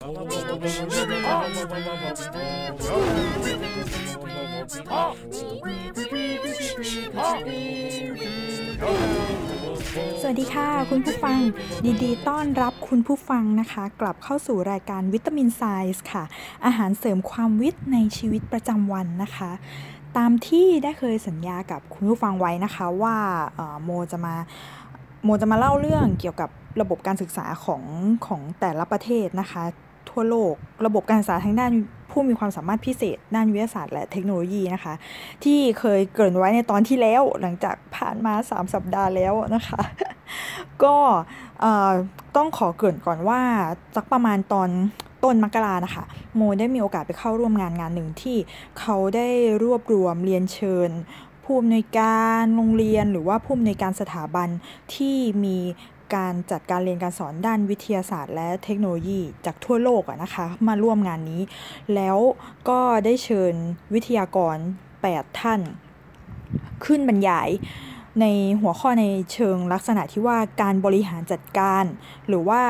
สวัสดีค่ะคุณผู้ฟังยินดีต้อนรับคุณผู้ฟังนะคะกลับเข้าสู่รายการวิตามินไซส์ค่ะอาหารเสริมความวิตในชีวิตประจำวันนะคะตามที่ได้เคยสัญญากับคุณผู้ฟังไว้นะคะว่าโมจะมาเล่าเรื่องเกี่ยวกับระบบการศึกษาของแต่ละประเทศนะคะทั่วโลกระบบการศึกษาทางด้านผู้มีความสามารถพิเศษด้านวิทยาศาสตร์และเทคโนโลยีนะคะที่เคยเกริ่นไว้ในตอนที่แล้วหลังจากผ่านมา3สัปดาห์แล้วนะคะก็ต้องขอเกริ่นก่อนว่าสักประมาณตอนต้นมกรานะคะโมได้มีโอกาสไปเข้าร่วมงานหนึ่งที่เขาได้รวบรวมเรียนเชิญผู้อำนวยการโรงเรียนหรือว่าผู้อำนวยการสถาบันที่มีการจัดการเรียนการสอนด้านวิทยาศาสตร์และเทคโนโลยีจากทั่วโลกนะคะมาร่วมงานนี้แล้วก็ได้เชิญวิทยากร8ท่านขึ้นบรรยายในหัวข้อในเชิงลักษณะที่ว่าการบริหารจัดการหรือว่า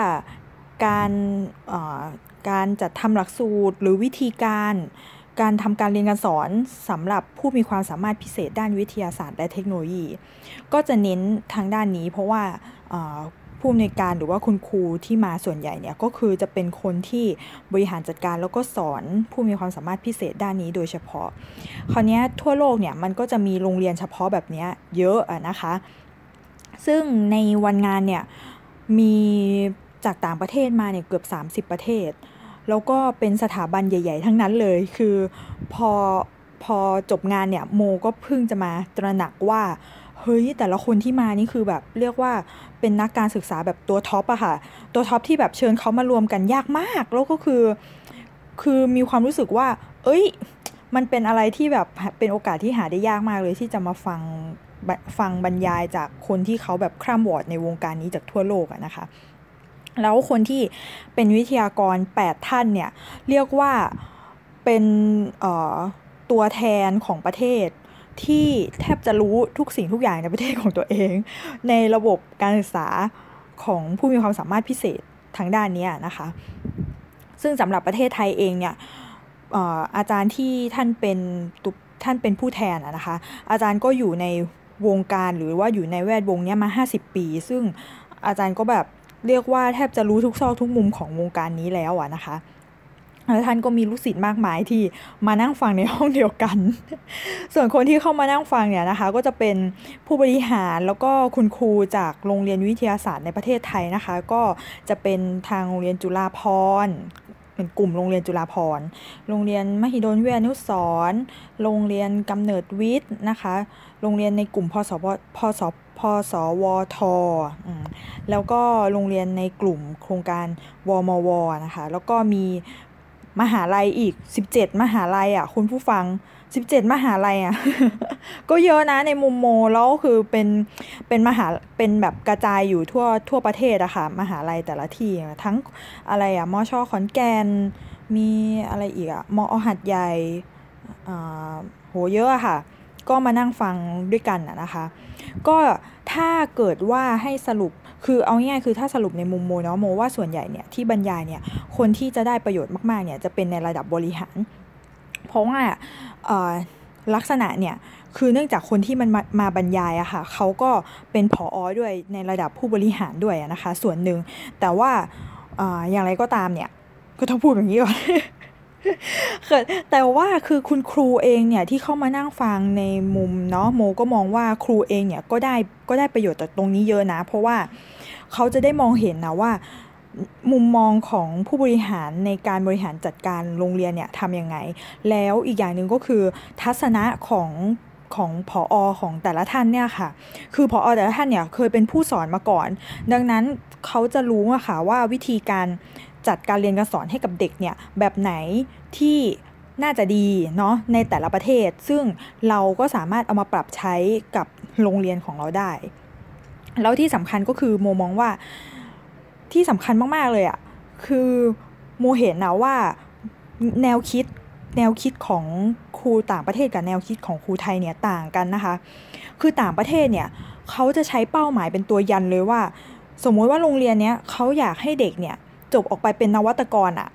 การจัดทำหลักสูตรหรือวิธีการทำการเรียนการสอนสำหรับผู้มีความสามารถพิเศษด้านวิทยาศาสตร์และเทคโนโลยีก็จะเน้นทางด้านนี้เพราะว่าผู้อำนวยการหรือว่าคุณครูที่มาส่วนใหญ่เนี่ยก็คือจะเป็นคนที่บริหารจัดการแล้วก็สอนผู้มีความสามารถพิเศษด้านนี้โดยเฉพาะคราวนี้ทั่วโลกเนี่ยมันก็จะมีโรงเรียนเฉพาะแบบนี้เยอะนะคะซึ่งในวันงานเนี่ยมีจากต่างประเทศมาเนี่ยเกือบ30ประเทศแล้วก็เป็นสถาบันใหญ่ๆทั้งนั้นเลยคือพอจบงานเนี่ยโมก็เพิ่งจะมาตระหนักว่าเฮ้ยแต่ละคนที่มานี่คือแบบเรียกว่าเป็นนักการศึกษาแบบตัวท็อปอะค่ะตัวท็อปที่แบบเชิญเขามารวมกันยากมากแล้วก็คือมีความรู้สึกว่าเอ้ยมันเป็นอะไรที่แบบเป็นโอกาสที่หาได้ยากมากเลยที่จะมาฟังบรรยายจากคนที่เขาแบบคร่ำวอร์ดในวงการนี้จากทั่วโลกอะนะคะแล้วคนที่เป็นวิทยากร8ท่านเนี่ยเรียกว่าเป็นตัวแทนของประเทศที่แทบจะรู้ทุกสิ่งทุกอย่างในประเทศของตัวเองในระบบการศึกษาของผู้มีความสามารถพิเศษทางด้านนี้นะคะซึ่งสำหรับประเทศไทยเองเนี่ยอาจารย์ที่ท่านเป็นผู้แทนนะคะอาจารย์ก็อยู่ในวงการหรือว่าอยู่ในแวดวงนี้มา50ปีซึ่งอาจารย์ก็แบบเรียกว่าแทบจะรู้ทุกซอกทุกมุมของวงการนี้แล้วนะคะแล้วท่านก็มีลูกศิษย์มากมายที่มานั่งฟังในห้องเดียวกันส่วนคนที่เข้ามานั่งฟังเนี่ยนะคะก็จะเป็นผู้บริหารแล้วก็คุณครูจากโรงเรียนวิทยาศาสตร์ในประเทศไทยนะคะก็จะเป็นทางโรงเรียนจุฬาภรณ์เป็นกลุ่มโรงเรียนจุฬาภรณ์โรงเรียนมหิดลวิทยานุสรณ์โรงเรียนกำเนิดวิทย์นะคะโรงเรียนในกลุ่มพสวทแล้วก็โรงเรียนในกลุ่มโครงการวมวนะคะแล้วก็มีมหาลัยอีก17มหาลัยอ่ะคุณผู้ฟัง17มหาลัยอ่ะ ก็เยอะนะในมุมโมแล้วคือเป็นแบบกระจายอยู่ทั่วประเทศอะค่ะมหาลัยแต่ละที่ทั้งอะไรอะมช.ขอนแก่นมีอะไรอีกอะมอ.หัดใหญ่โหเยอะอะค่ะก็มานั่งฟังด้วยกันนะคะก็ถ้าเกิดว่าให้สรุปคือเอาง่ายๆคือถ้าสรุปในมุมโมเนาะโมว่าส่วนใหญ่เนี่ยที่บรรยายเนี่ยคนที่จะได้ประโยชน์มากๆเนี่ยจะเป็นในระดับบริหารเพราะว่าลักษณะเนี่ยคือเนื่องจากคนที่มันมาบรรยายอะค่ะเขาก็เป็นผอ.ด้วยในระดับผู้บริหารด้วยนะคะส่วนหนึ่งแต่ว่าอย่างไรก็ตามเนี่ยก็ต้องพูดอย่างนี้ก่อน แต่ว่าคือคุณครูเองเนี่ยที่เข้ามานั่งฟังในมุมเนาะโมก็มองว่าครูเองเนี่ยก็ได้ประโยชน์จากตรงนี้เยอะนะเพราะว่าเขาจะได้มองเห็นนะว่ามุมมองของผู้บริหารในการบริหารจัดการโรงเรียนเนี่ยทำยังไงแล้วอีกอย่างหนึ่งก็คือทัศนะของผอ.ของแต่ละท่านเนี่ยค่ะคือผอ.แต่ละท่านเนี่ยเคยเป็นผู้สอนมาก่อนดังนั้นเขาจะรู้อะค่ะว่าวิธีการจัดการเรียนการสอนให้กับเด็กเนี่ยแบบไหนที่น่าจะดีเนาะในแต่ละประเทศซึ่งเราก็สามารถเอามาปรับใช้กับโรงเรียนของเราได้แล้วที่สำคัญก็คือโมมองว่าที่สำคัญมากๆเลยอะคือโมเห็นนะว่าแนวคิดของครูต่างประเทศกับแนวคิดของครูไทยเนี่ยต่างกันนะคะคือต่างประเทศเนี่ยเขาจะใช้เป้าหมายเป็นตัวยันเลยว่าสมมติว่าโรงเรียนเนี้ยเขาอยากให้เด็กเนี่ยจบออกไปเป็นนวัตกรอะ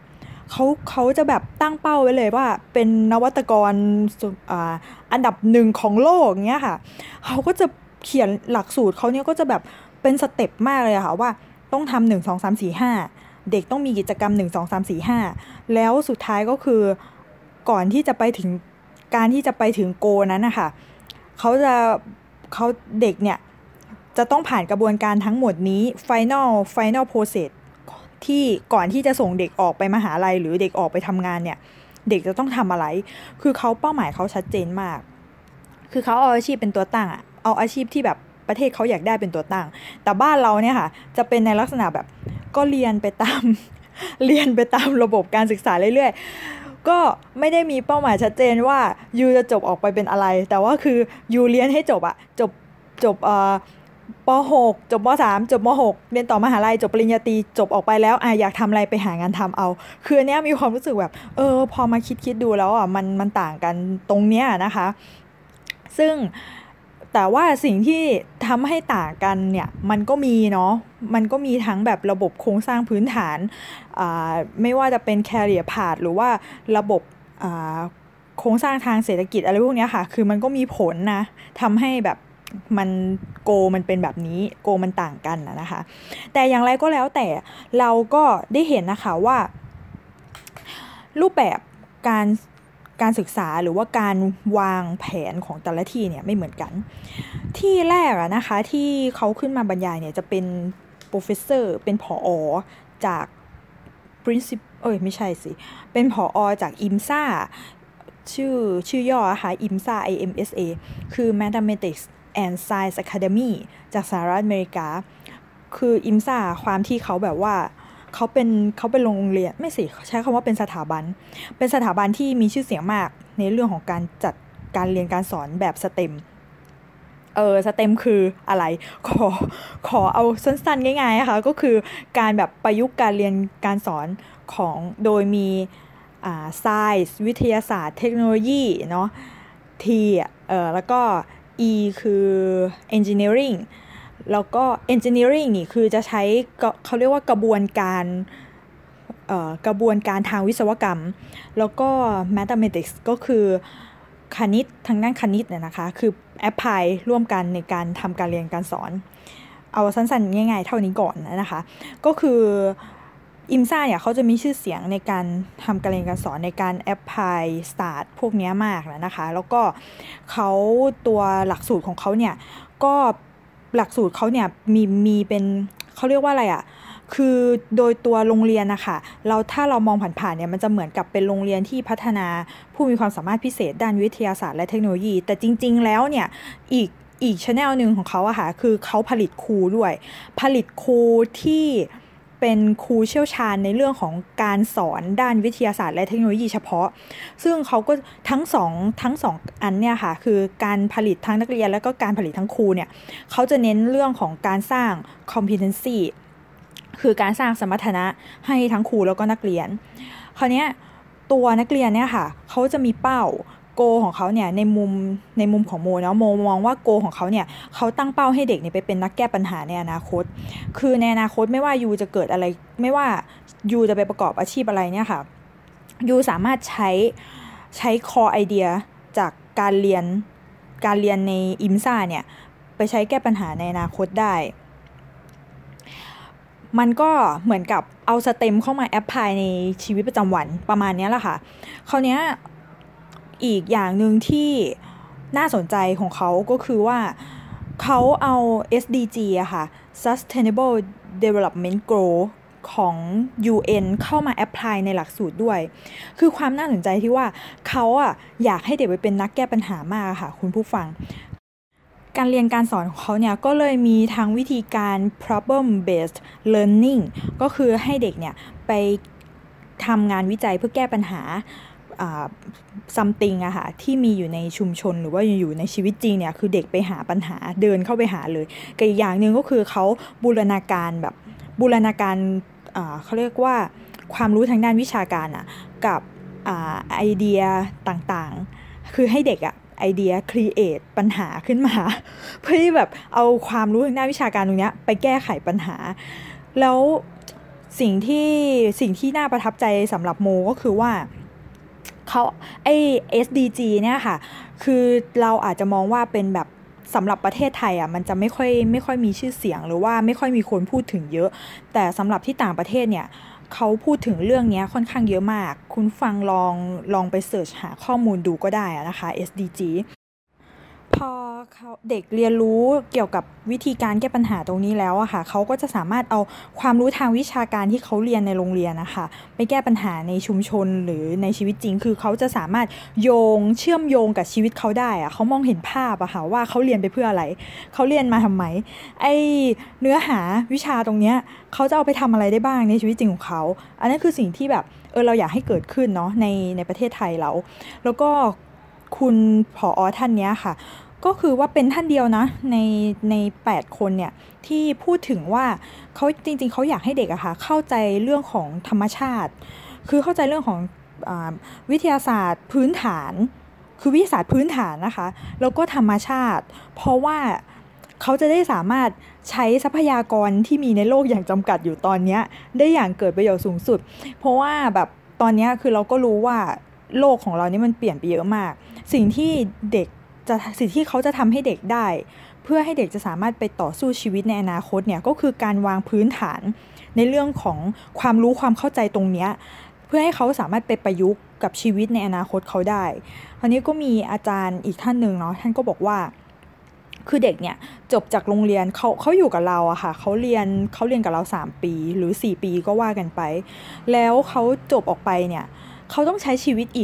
เขาจะแบบตั้งเป้าไว้เลยว่าเป็นนวัตกรอันดับหนึ่งของโลกเงี้ยค่ะเขาก็จะเขียนหลักสูตรเขาเนี่ยก็จะแบบเป็นสเต็ปมากเลยค่ะว่าต้องทำ1 2 3 4 5เด็กต้องมีกิจกรรม1 2 3 4 5แล้วสุดท้ายก็คือก่อนที่จะไปถึงการที่จะไปถึงโกนั้นนะคะเขาจะเขาเด็กเนี่ยจะต้องผ่านกระบวนการทั้งหมดนี้ final process ที่ก่อนที่จะส่งเด็กออกไปมหาลัยหรือเด็กออกไปทำงานเนี่ยเด็กจะต้องทำอะไรคือเขาเป้าหมายเขาชัดเจนมากคือเขาเอาอาชีพเป็นตัวตั้งอะเอาอาชีพที่แบบประเทศเขาอยากได้เป็นตัวตั้งแต่บ้านเราเนี่ยค่ะจะเป็นในลักษณะแบบก็เรียนไปตาม เรียนไปตามระบบการศึกษาเรื่อยๆก็ไม่ได้มีเป้าหมายชัดเจนว่ายูจะจบออกไปเป็นอะไรแต่ว่าคือยูเรียนให้จบอะจบป .6 จบม .3 จบม .6 เรียนต่อมหาลัยจบปริญญาตรีจบออกไปแล้วอยากทำอะไรไปหางานทำเอาคืออันเนี้ยมีความรู้สึกแบบพอมาคิดดูแล้วอ่ะมันต่างกันตรงเนี้ยนะคะซึ่งแต่ว่าสิ่งที่ทำให้ต่างกันเนี่ยมันก็มีเนาะมันก็มีทั้งแบบระบบโครงสร้างพื้นฐานไม่ว่าจะเป็น career path หรือว่าระบบโครงสร้างทางเศรษฐกิจอะไรพวกนี้ค่ะคือมันก็มีผลนะทำให้แบบมันเป็นแบบนี้โกมันต่างกันนะคะแต่อย่างไรก็แล้วแต่เราก็ได้เห็นนะคะว่ารูปแบบการศึกษาหรือว่าการวางแผนของแต่ละที่เนี่ยไม่เหมือนกันที่แรกนะคะที่เขาขึ้นมาบรรยายเนี่ยจะเป็น professor เป็นผอ.จาก principal ไม่ใช่สิเป็นผอ.จากอิมซ่าชื่อย่อค่ะอิมซ่า IMSA คือ Mathematics and Science Academy จากสหรัฐอเมริกาคืออิมซ่าความที่เขาแบบว่าเขาเป็นโรงเรียนไม่สิใช้คำว่าเป็นสถาบันที่มีชื่อเสียงมากในเรื่องของการจัดการเรียนการสอนแบบสเต็มสเต็มคืออะไรขอเอาสั้นๆง่ายๆนะคะก็คือการแบบประยุกต์การเรียนการสอนของโดยมีscience วิทยาศาสตร์เทคโนโลยีเนาะ T แล้วก็ E คือ engineering แล้วก็ engineering นี่คือจะใช้เขาเรียกว่ากระบวนการทางวิศวกรรมแล้วก็ mathematics ก็คือคณิตทางด้านคณิตเนี่ยนะคะคือ apply ร่วมกันในการทำการเรียนการสอนเอาสั้นๆง่ายๆเท่านี้ก่อนนะคะก็คืออิมซ่าเนี่ยเขาจะมีชื่อเสียงในการทำการเรียนการสอนในการ apply start พวกนี้มากนะคะแล้วก็เขาตัวหลักสูตรของเขาเนี่ยก็หลักสูตรเขาเนี่ยมีเป็นเขาเรียกว่าอะไรคือโดยตัวโรงเรียนนะคะถ้าเรามองผ่านๆเนี่ยมันจะเหมือนกับเป็นโรงเรียนที่พัฒนาผู้มีความสามารถพิเศษด้านวิทยาศาสตร์และเทคโนโลยีแต่จริงๆแล้วเนี่ยอีก channel นึงของเขาค่ะคือเขาผลิตครูด้วยผลิตครูที่เป็นครูเชี่ยวชาญในเรื่องของการสอนด้านวิทยาศาสตร์และเทคโนโลยีเฉพาะซึ่งเขาก็ทั้งสองอันเนี่ยค่ะคือการผลิตทั้งนักเรียนแล้วก็การผลิตทั้งครูเนี่ยเขาจะเน้นเรื่องของการสร้าง competency คือการสร้างสมรรถนะให้ทั้งครูแล้วก็นักเรียนคราวนี้ตัวนักเรียนเนี่ยค่ะเขาจะมีเป้าโกของเขาเนี่ยในมุมของโมเนาะโมมองว่าโกของเขาเนี่ยเขาตั้งเป้าให้เด็กเนี่ยไปเป็นนักแก้ปัญหาในอนาคตคือในอนาคตไม่ว่ายูจะเกิดอะไรไม่ว่ายูจะไปประกอบอาชีพอะไรเนี่ยค่ะยูสามารถใช้ core idea จากการเรียนในอิมซ่าเนี่ยไปใช้แก้ปัญหาในอนาคตได้มันก็เหมือนกับเอาสเต็มเข้ามาแอพพลายในชีวิตประจำวันประมาณนี้แหละค่ะคราวนี้อีกอย่างหนึ่งที่น่าสนใจของเขาก็คือว่าเขาเอา SDG อะค่ะ Sustainable Development Goal ของ UN เข้ามาแอพพลายในหลักสูตรด้วยคือความน่าสนใจที่ว่าเขาอยากให้เด็กไปเป็นนักแก้ปัญหามากค่ะคุณผู้ฟังการเรียนการสอนของเขาเนี่ยก็เลยมีทั้งวิธีการ problem based learning ก็คือให้เด็กเนี่ยไปทำงานวิจัยเพื่อแก้ปัญหาsomething ค่ะที่มีอยู่ในชุมชนหรือว่าอยู่ในชีวิตจริงเนี่ยคือเด็กไปหาปัญหาเดินเข้าไปหาเลยกับอีกอย่างนึงก็คือเขาบูรณาการเขาเรียกว่าความรู้ทางด้านวิชาการกับไอเดียต่างๆคือให้เด็กไอเดีย create ปัญหาขึ้นมาเพื่อที่แบบเอาความรู้ทางด้านวิชาการตรงนี้ไปแก้ไขปัญหาแล้วสิ่งที่น่าประทับใจสำหรับโมก็คือว่าเขาไอ้ SDG เนี่ยค่ะคือเราอาจจะมองว่าเป็นแบบสำหรับประเทศไทยอ่ะมันจะไม่ค่อยมีชื่อเสียงหรือว่าไม่ค่อยมีคนพูดถึงเยอะแต่สำหรับที่ต่างประเทศเนี่ยเขาพูดถึงเรื่องนี้ค่อนข้างเยอะมากคุณฟังลองไปเสิร์ชหาข้อมูลดูก็ได้นะคะ SDG พอเขาเด็กเรียนรู้เกี่ยวกับวิธีการแก้ปัญหาตรงนี้แล้วอะค่ะเขาก็จะสามารถเอาความรู้ทางวิชาการที่เขาเรียนในโรงเรียนนะคะไปแก้ปัญหาในชุมชนหรือในชีวิตจริงคือเขาจะสามารถเชื่อมโยงกับชีวิตเขาได้อะเขามองเห็นภาพอะค่ะว่าเขาเรียนไปเพื่ออะไรเขาเรียนมาทำไมไอเนื้อหาวิชาตรงเนี้ยเขาจะเอาไปทำอะไรได้บ้างในชีวิตจริงของเขาอันนั้นคือสิ่งที่แบบเราอยากให้เกิดขึ้นเนาะในประเทศไทยเราแล้วก็คุณผอ.ท่านเนี้ยค่ะ ก็คือว่าเป็นท่านเดียวนะใน8คนเนี่ยที่พูดถึงว่าเขาจริงๆเขาอยากให้เด็กอะค่ะเข้าใจเรื่องของธรรมชาติคือเข้าใจเรื่องของวิทยาศาสตร์พื้นฐานคือวิทยาศาสตร์พื้นฐานนะคะแล้วก็ธรรมชาติเพราะว่าเขาจะได้สามารถใช้ทรัพยากรที่มีในโลกอย่างจำกัดอยู่ตอนนี้ได้อย่างเกิดประโยชน์สูงสุดเพราะว่าแบบตอนนี้คือเราก็รู้ว่าโลกของเรานี่มันเปลี่ยนไปเยอะมากสิ่งที่เขาจะทำให้เด็กได้เพื่อให้เด็กจะสามารถไปต่อสู้ชีวิตในอนาคตเนี่ยก็คือการวางพื้นฐานในเรื่องของความรู้ความเข้าใจตรงเนี้ยเพื่อให้เขาสามารถไปประยุกต์กับชีวิตในอนาคตเขาได้คราวนี้ก็มีอาจารย์อีกท่านหนึ่งเนาะท่านก็บอกว่าคือเด็กเนี่ยจบจากโรงเรียนเขาอยู่กับเราอะค่ะเขาเรียนกับเรา3ปีหรือ4ปีก็ว่ากันไปแล้วเขาจบออกไปเนี่ยเขาต้องใช้ชีวิตอีก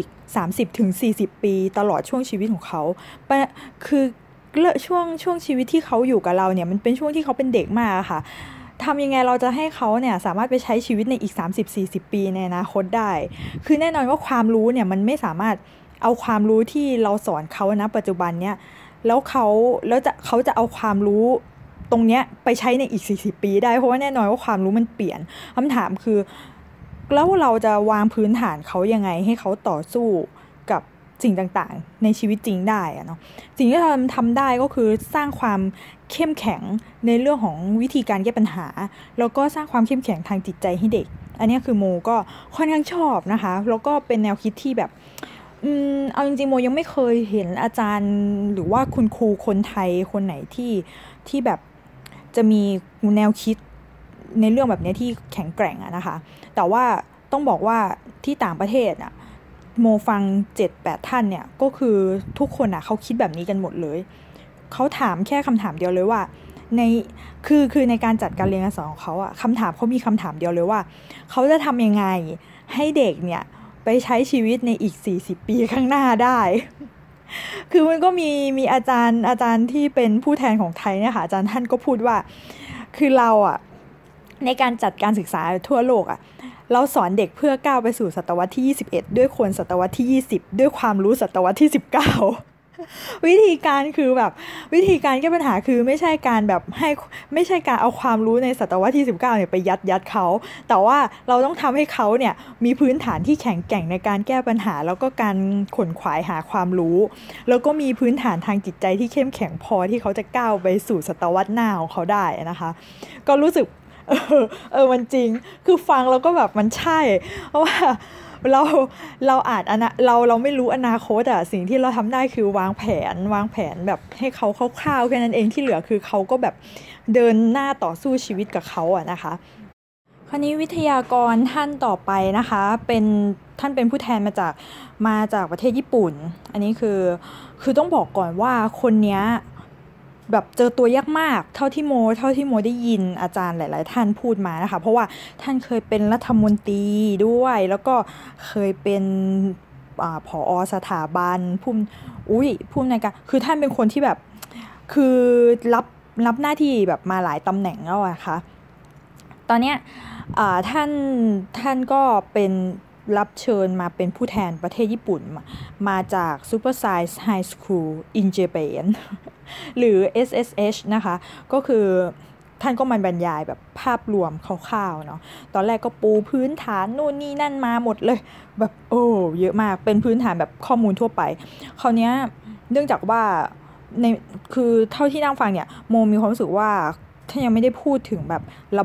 30-40 ปีตลอดช่วงชีวิตของเขาคือช่วงชีวิตที่เขาอยู่กับเราเนี่ยมันเป็นช่วงที่เขาเป็นเด็กมากค่ะทำยังไงเราจะให้เขาเนี่ยสามารถไปใช้ชีวิตในอีก30-40 ปีในอนาคตได้คือแน่นอนว่าความรู้เนี่ยมันไม่สามารถเอาความรู้ที่เราสอนเขาณปัจจุบันเนี่ยแล้วเขาจะเอาความรู้ตรงเนี้ยไปใช้ในอีก40 ปีได้เพราะว่าแน่นอนว่าความรู้มันเปลี่ยนคำถามคือแล้วเราจะวางพื้นฐานเขายังไงให้เขาต่อสู้กับสิ่งต่างๆในชีวิตจริงได้เนาะสิ่งที่เราทำได้ก็คือสร้างความเข้มแข็งในเรื่องของวิธีการแก้ปัญหาแล้วก็สร้างความเข้มแข็งทางจิตใจให้เด็กอันนี้คือโมก็ค่อนข้างชอบนะคะแล้วก็เป็นแนวคิดที่แบบเอาจริงๆโมยังไม่เคยเห็นอาจารย์หรือว่าคุณครูคนไทยคนไหนที่แบบจะมีแนวคิดในเรื่องแบบนี้ที่แข็งแกร่งนะคะแต่ว่าต้องบอกว่าที่ต่างประเทศโมฟัง 7-8 ท่านเนี่ยก็คือทุกคนเขาคิดแบบนี้กันหมดเลยเขาถามแค่คำถามเดียวเลยว่าในคือในการจัดการเรียนการสอนของเขาเขามีคำถามเดียวเลยว่าเขาจะทำยังไงให้เด็กเนี่ยไปใช้ชีวิตในอีก40 ปีข้างหน้าได้คือมันก็มีอาจารย์ที่เป็นผู้แทนของไทยเนี่ยค่ะอาจารย์ท่านก็พูดว่าคือเราในการจัดการศึกษาทั่วโลกเราสอนเด็กเพื่อก้าวไปสู่ศตวรรษที่21ด้วยคนศตวรรษที่20ด้วยความรู้ศตวรรษที่19วิธีการคือแบบวิธีการแก้ปัญหาคือไม่ใช่การแบบไม่ใช่การเอาความรู้ในศตวรรษที่19เนี่ยไปยัดเขาแต่ว่าเราต้องทำให้เขาเนี่ยมีพื้นฐานที่แข็งแกร่งในการแก้ปัญหาแล้วก็การขวนขวายหาความรู้แล้วก็มีพื้นฐานทางจิตใจที่เข้มแข็งพอที่เขาจะก้าวไปสู่ศตวรรษหน้าของเขาได้นะคะก็รู้สึกมันจริงคือฟังแล้วก็แบบมันใช่เพราะว่าเราอาจเราไม่รู้อนาคตสิ่งที่เราทำได้คือวางแผนแบบให้เขาคร่าวๆแค่นั้นเองที่เหลือคือเขาก็แบบเดินหน้าต่อสู้ชีวิตกับเขานะคะคราวนี้วิทยากรท่านต่อไปนะคะท่านเป็นผู้แทนมาจากประเทศญี่ปุ่นอันนี้คือต้องบอกก่อนว่าคนเนี้ยแบบเจอตัวยากมากเท่าที่โมได้ยินอาจารย์หลายๆท่านพูดมานะคะเพราะว่าท่านเคยเป็นรัฐมนตรีด้วยแล้วก็เคยเป็นผอ.สถาบันผู้อำนวยการคือท่านเป็นคนที่แบบคือรับหน้าที่แบบมาหลายตำแหน่งแล้วนะคะตอนเนี้ยท่านก็เป็นรับเชิญมาเป็นผู้แทนประเทศญี่ปุ่นมาจาก Super Science High School in Japan หรือ SSH นะคะก็คือท่านก็มาบรรยายแบบภาพรวมคร่าวๆเนาะตอนแรกก็ปูพื้นฐานนู่นนี่นั่นมาหมดเลยแบบเยอะมากเป็นพื้นฐานแบบข้อมูลทั่วไปคราวนี้เนื่องจากว่าคือเท่าที่นั่งฟังเนี่ยโมมีความรู้สึกว่าท่านยังไม่ได้พูดถึงแบบระบบ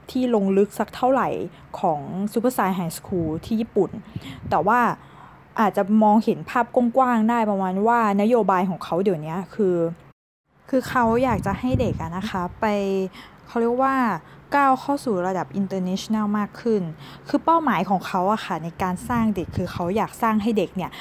ที่ลงลึกสักเท่าไหร่ของ Super Science High School ที่ญี่ปุ่นแต่ว่าอาจจะมองเห็นภาพกว้างๆได้ประมาณว่านโยบายของเขาเดี๋ยวนี้คือเขาอยากจะให้เด็กนะคะไปเขาเรียกว่าก้าวเข้าสู่ระดับ international มากขึ้นคือเป้าหมายของเขาอะค่ะในการสร้างเด็กคือเขาอยากสร้างให้เด็กเนี่ย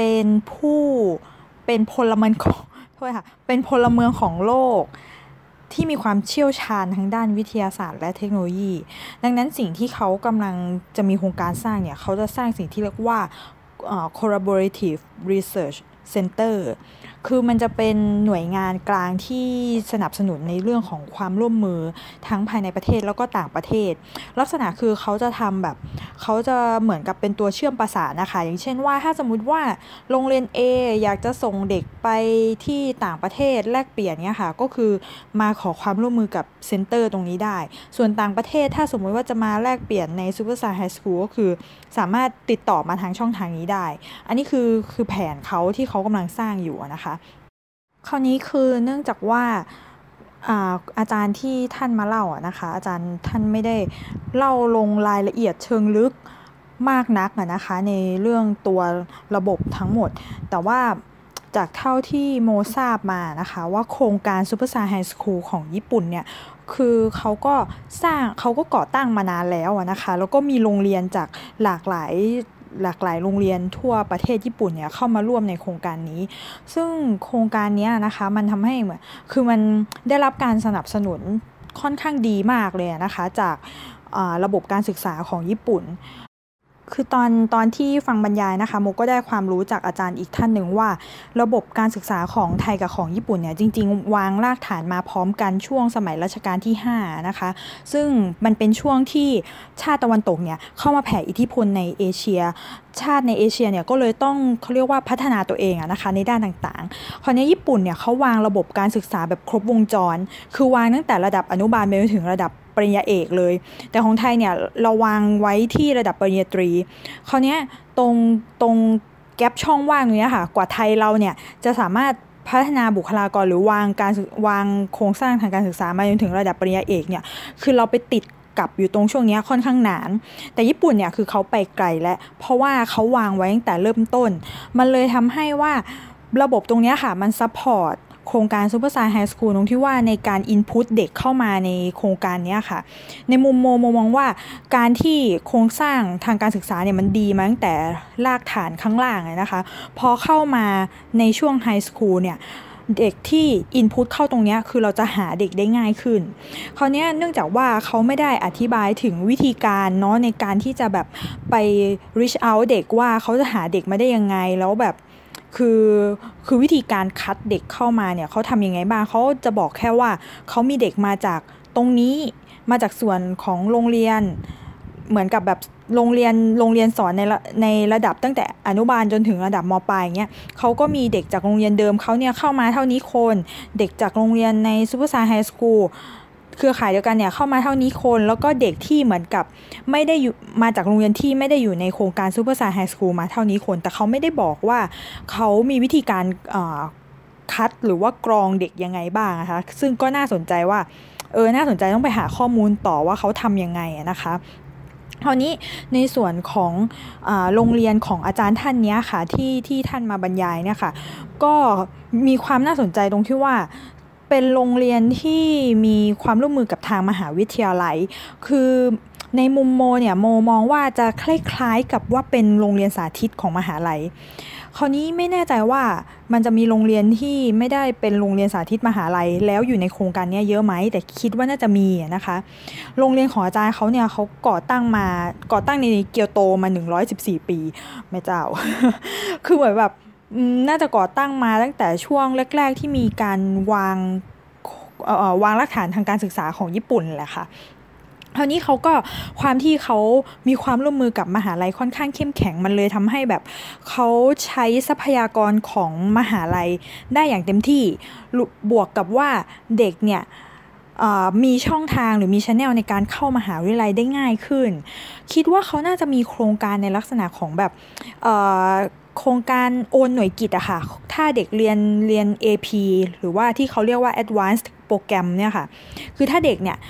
เป็นพลเมืองของโทษค่ะเป็นพลเมืองของโลกที่มีความเชี่ยวชาญทางด้านวิทยาศาสตร์และเทคโนโลยีดังนั้นสิ่งที่เขากำลังจะมีโครงการสร้างเนี่ยเขาจะสร้างสิ่งที่เรียกว่าcollaborative research center คือมันจะเป็นหน่วยงานกลางที่สนับสนุนในเรื่องของความร่วมมือทั้งภายในประเทศแล้วก็ต่างประเทศลักษณะคือเขาจะทำแบบเขาจะเหมือนกับเป็นตัวเชื่อมประสานนะคะอย่างเช่นว่าถ้าสมมุติว่าโรงเรียน A อยากจะส่งเด็กไปที่ต่างประเทศแลกเปลี่ยนเนี่ยค่ะก็คือมาขอความร่วมมือกับเซ็นเตอร์ตรงนี้ได้ส่วนต่างประเทศถ้าสมมุติว่าจะมาแลกเปลี่ยนใน Super Science High School ก็คือสามารถติดต่อมาทางช่องทางนี้ได้อันนี้คือแผนเขาที่เขากำลังสร้างอยู่นะคะคราวนี้คือเนื่องจากว่าอาจารย์ที่ท่านมาเล่านะคะอาจารย์ท่านไม่ได้เล่าลงรายละเอียดเชิงลึกมากนักนะคะในเรื่องตัวระบบทั้งหมดแต่ว่าจากเท่าที่โมทราบมานะคะว่าโครงการ Super Science High School ของญี่ปุ่นเนี่ยคือเขาก็ก่อตั้งมานานแล้วนะคะแล้วก็มีโรงเรียนจากหลากหลายโรงเรียนทั่วประเทศญี่ปุ่นเนี่ยเข้ามาร่วมในโครงการนี้ซึ่งโครงการนี้นะคะมันทำให้เหมือนคือมันได้รับการสนับสนุนค่อนข้างดีมากเลยนะคะจากระบบการศึกษาของญี่ปุ่นคือตอนที่ฟังบรรยายนะคะโมก็ได้ความรู้จากอาจารย์อีกท่านหนึ่งว่าระบบการศึกษาของไทยกับของญี่ปุ่นเนี่ยจริงๆวางรากฐานมาพร้อมกันช่วงสมัยรัชกาลที่5นะคะซึ่งมันเป็นช่วงที่ชาติตะวันตกเนี่ยเข้ามาแผ่อิทธิพลในเอเชียชาติในเอเชียเนี่ยก็เลยต้องเขาเรียกว่าพัฒนาตัวเองนะคะในด้านต่างๆคราวนี้ญี่ปุ่นเนี่ยเขาวางระบบการศึกษาแบบครบวงจรคือวางตั้งแต่ระดับอนุบาลไปจนถึงระดับปริญญาเอกเลยแต่ของไทยเนี่ยเราวางไว้ที่ระดับปริญญาตรีคราวนี้ตรงแกปช่องว่างนี้ค่ะกว่าไทยเราเนี่ยจะสามารถพัฒนาบุคลากรหรือวางโครงสร้างทางการศึกษามาจนถึงระดับปริญญาเอกเนี่ยคือเราไปติดกับอยู่ตรงช่วงนี้ค่อนข้างนานแต่ญี่ปุ่นเนี่ยคือเขาไปไกลแล้วเพราะว่าเขาวางไว้ตั้งแต่เริ่มต้นมันเลยทำให้ว่าระบบตรงนี้ค่ะมันซัพพอร์ตโครงการ Super Science High School ตรงที่ว่าในการ input เด็กเข้ามาในโครงการนี้ค่ะในมุมโมมองว่าการที่โครงสร้างทางการศึกษาเนี่ยมันดีมาตั้งแต่รากฐานข้างล่างนะคะพอเข้ามาในช่วง High School เนี่ยเด็กที่ input เข้าตรงนี้คือเราจะหาเด็กได้ง่ายขึ้นคราวนี้เนื่องจากว่าเขาไม่ได้อธิบายถึงวิธีการเนาะในการที่จะแบบไป reach out เด็กว่าเขาจะหาเด็กมาได้ยังไงแล้วแบบคือวิธีการคัดเด็กเข้ามาเนี่ยเขาทำยังไงบ้างเขาจะบอกแค่ว่าเขามีเด็กมาจากตรงนี้มาจากส่วนของโรงเรียนเหมือนกับแบบโรงเรียนสอนในระดับตั้งแต่อนุบาลจนถึงระดับม.ปลายอย่างเงี้ยเขาก็มีเด็กจากโรงเรียนเดิมเขาเนี่ยเข้ามาเท่านี้คนเด็กจากโรงเรียนใน Super Science High Schoolเครือข่ายเดียวกันเนี่ยเข้ามาเท่านี้คนแล้วก็เด็กที่เหมือนกับไม่ได้อยู่มาจากโรงเรียนที่ไม่ได้อยู่ในโครงการ Super Science High School มาเท่านี้คนแต่เขาไม่ได้บอกว่าเขามีวิธีการคัดหรือว่ากรองเด็กยังไงบ้างนะคะซึ่งก็น่าสนใจว่าน่าสนใจต้องไปหาข้อมูลต่อว่าเขาทำยังไงนะคะคราวนี้ในส่วนของโรงเรียนของอาจารย์ท่านนี้ค่ะที่ท่านมาบรรยายเนี่ยค่ะก็มีความน่าสนใจตรงที่ว่าเป็นโรงเรียนที่มีความร่วมมือกับทางมหาวิทยาลัยคือในมุมโมเนี่ยโมมองว่าจะคล้ายๆกับว่าเป็นโรงเรียนสาธิตของมหาลัยคราวนี้ไม่แน่ใจว่ามันจะมีโรงเรียนที่ไม่ได้เป็นโรงเรียนสาธิตมหาลัยแล้วอยู่ในโครงการนี้เยอะไหมแต่คิดว่าน่าจะมีนะคะโรงเรียนของอาจารย์เขาเนี่ยเขาก่อตั้งในเกียวโตมา114ปีแม่เจ้า คือเหมือนแบบน่าจะก่อตั้งมาตั้งแต่ช่วงแรกๆที่มีการวางรากฐานทางการศึกษาของญี่ปุ่นแหละค่ะคราวนี้เขาก็ความที่เขามีความร่วมมือกับมหาลัยค่อนข้างเข้มแข็งมันเลยทำให้แบบเขาใช้ทรัพยากรของมหาลัยได้อย่างเต็มที่บวกกับว่าเด็กเนี่ยมีช่องทางหรือมี channel ในการเข้ามหาวิทยาลัยได้ง่ายขึ้นคิดว่าเขาน่าจะมีโครงการในลักษณะของแบบโครงการโอนหน่วยกิตอะค่ะถ้าเด็กเรียน AP หรือว่าที่เขาเรียกว่า Advanced โปรแกรมเนี่ยค่ะคือถ้าเด็กเนี่ย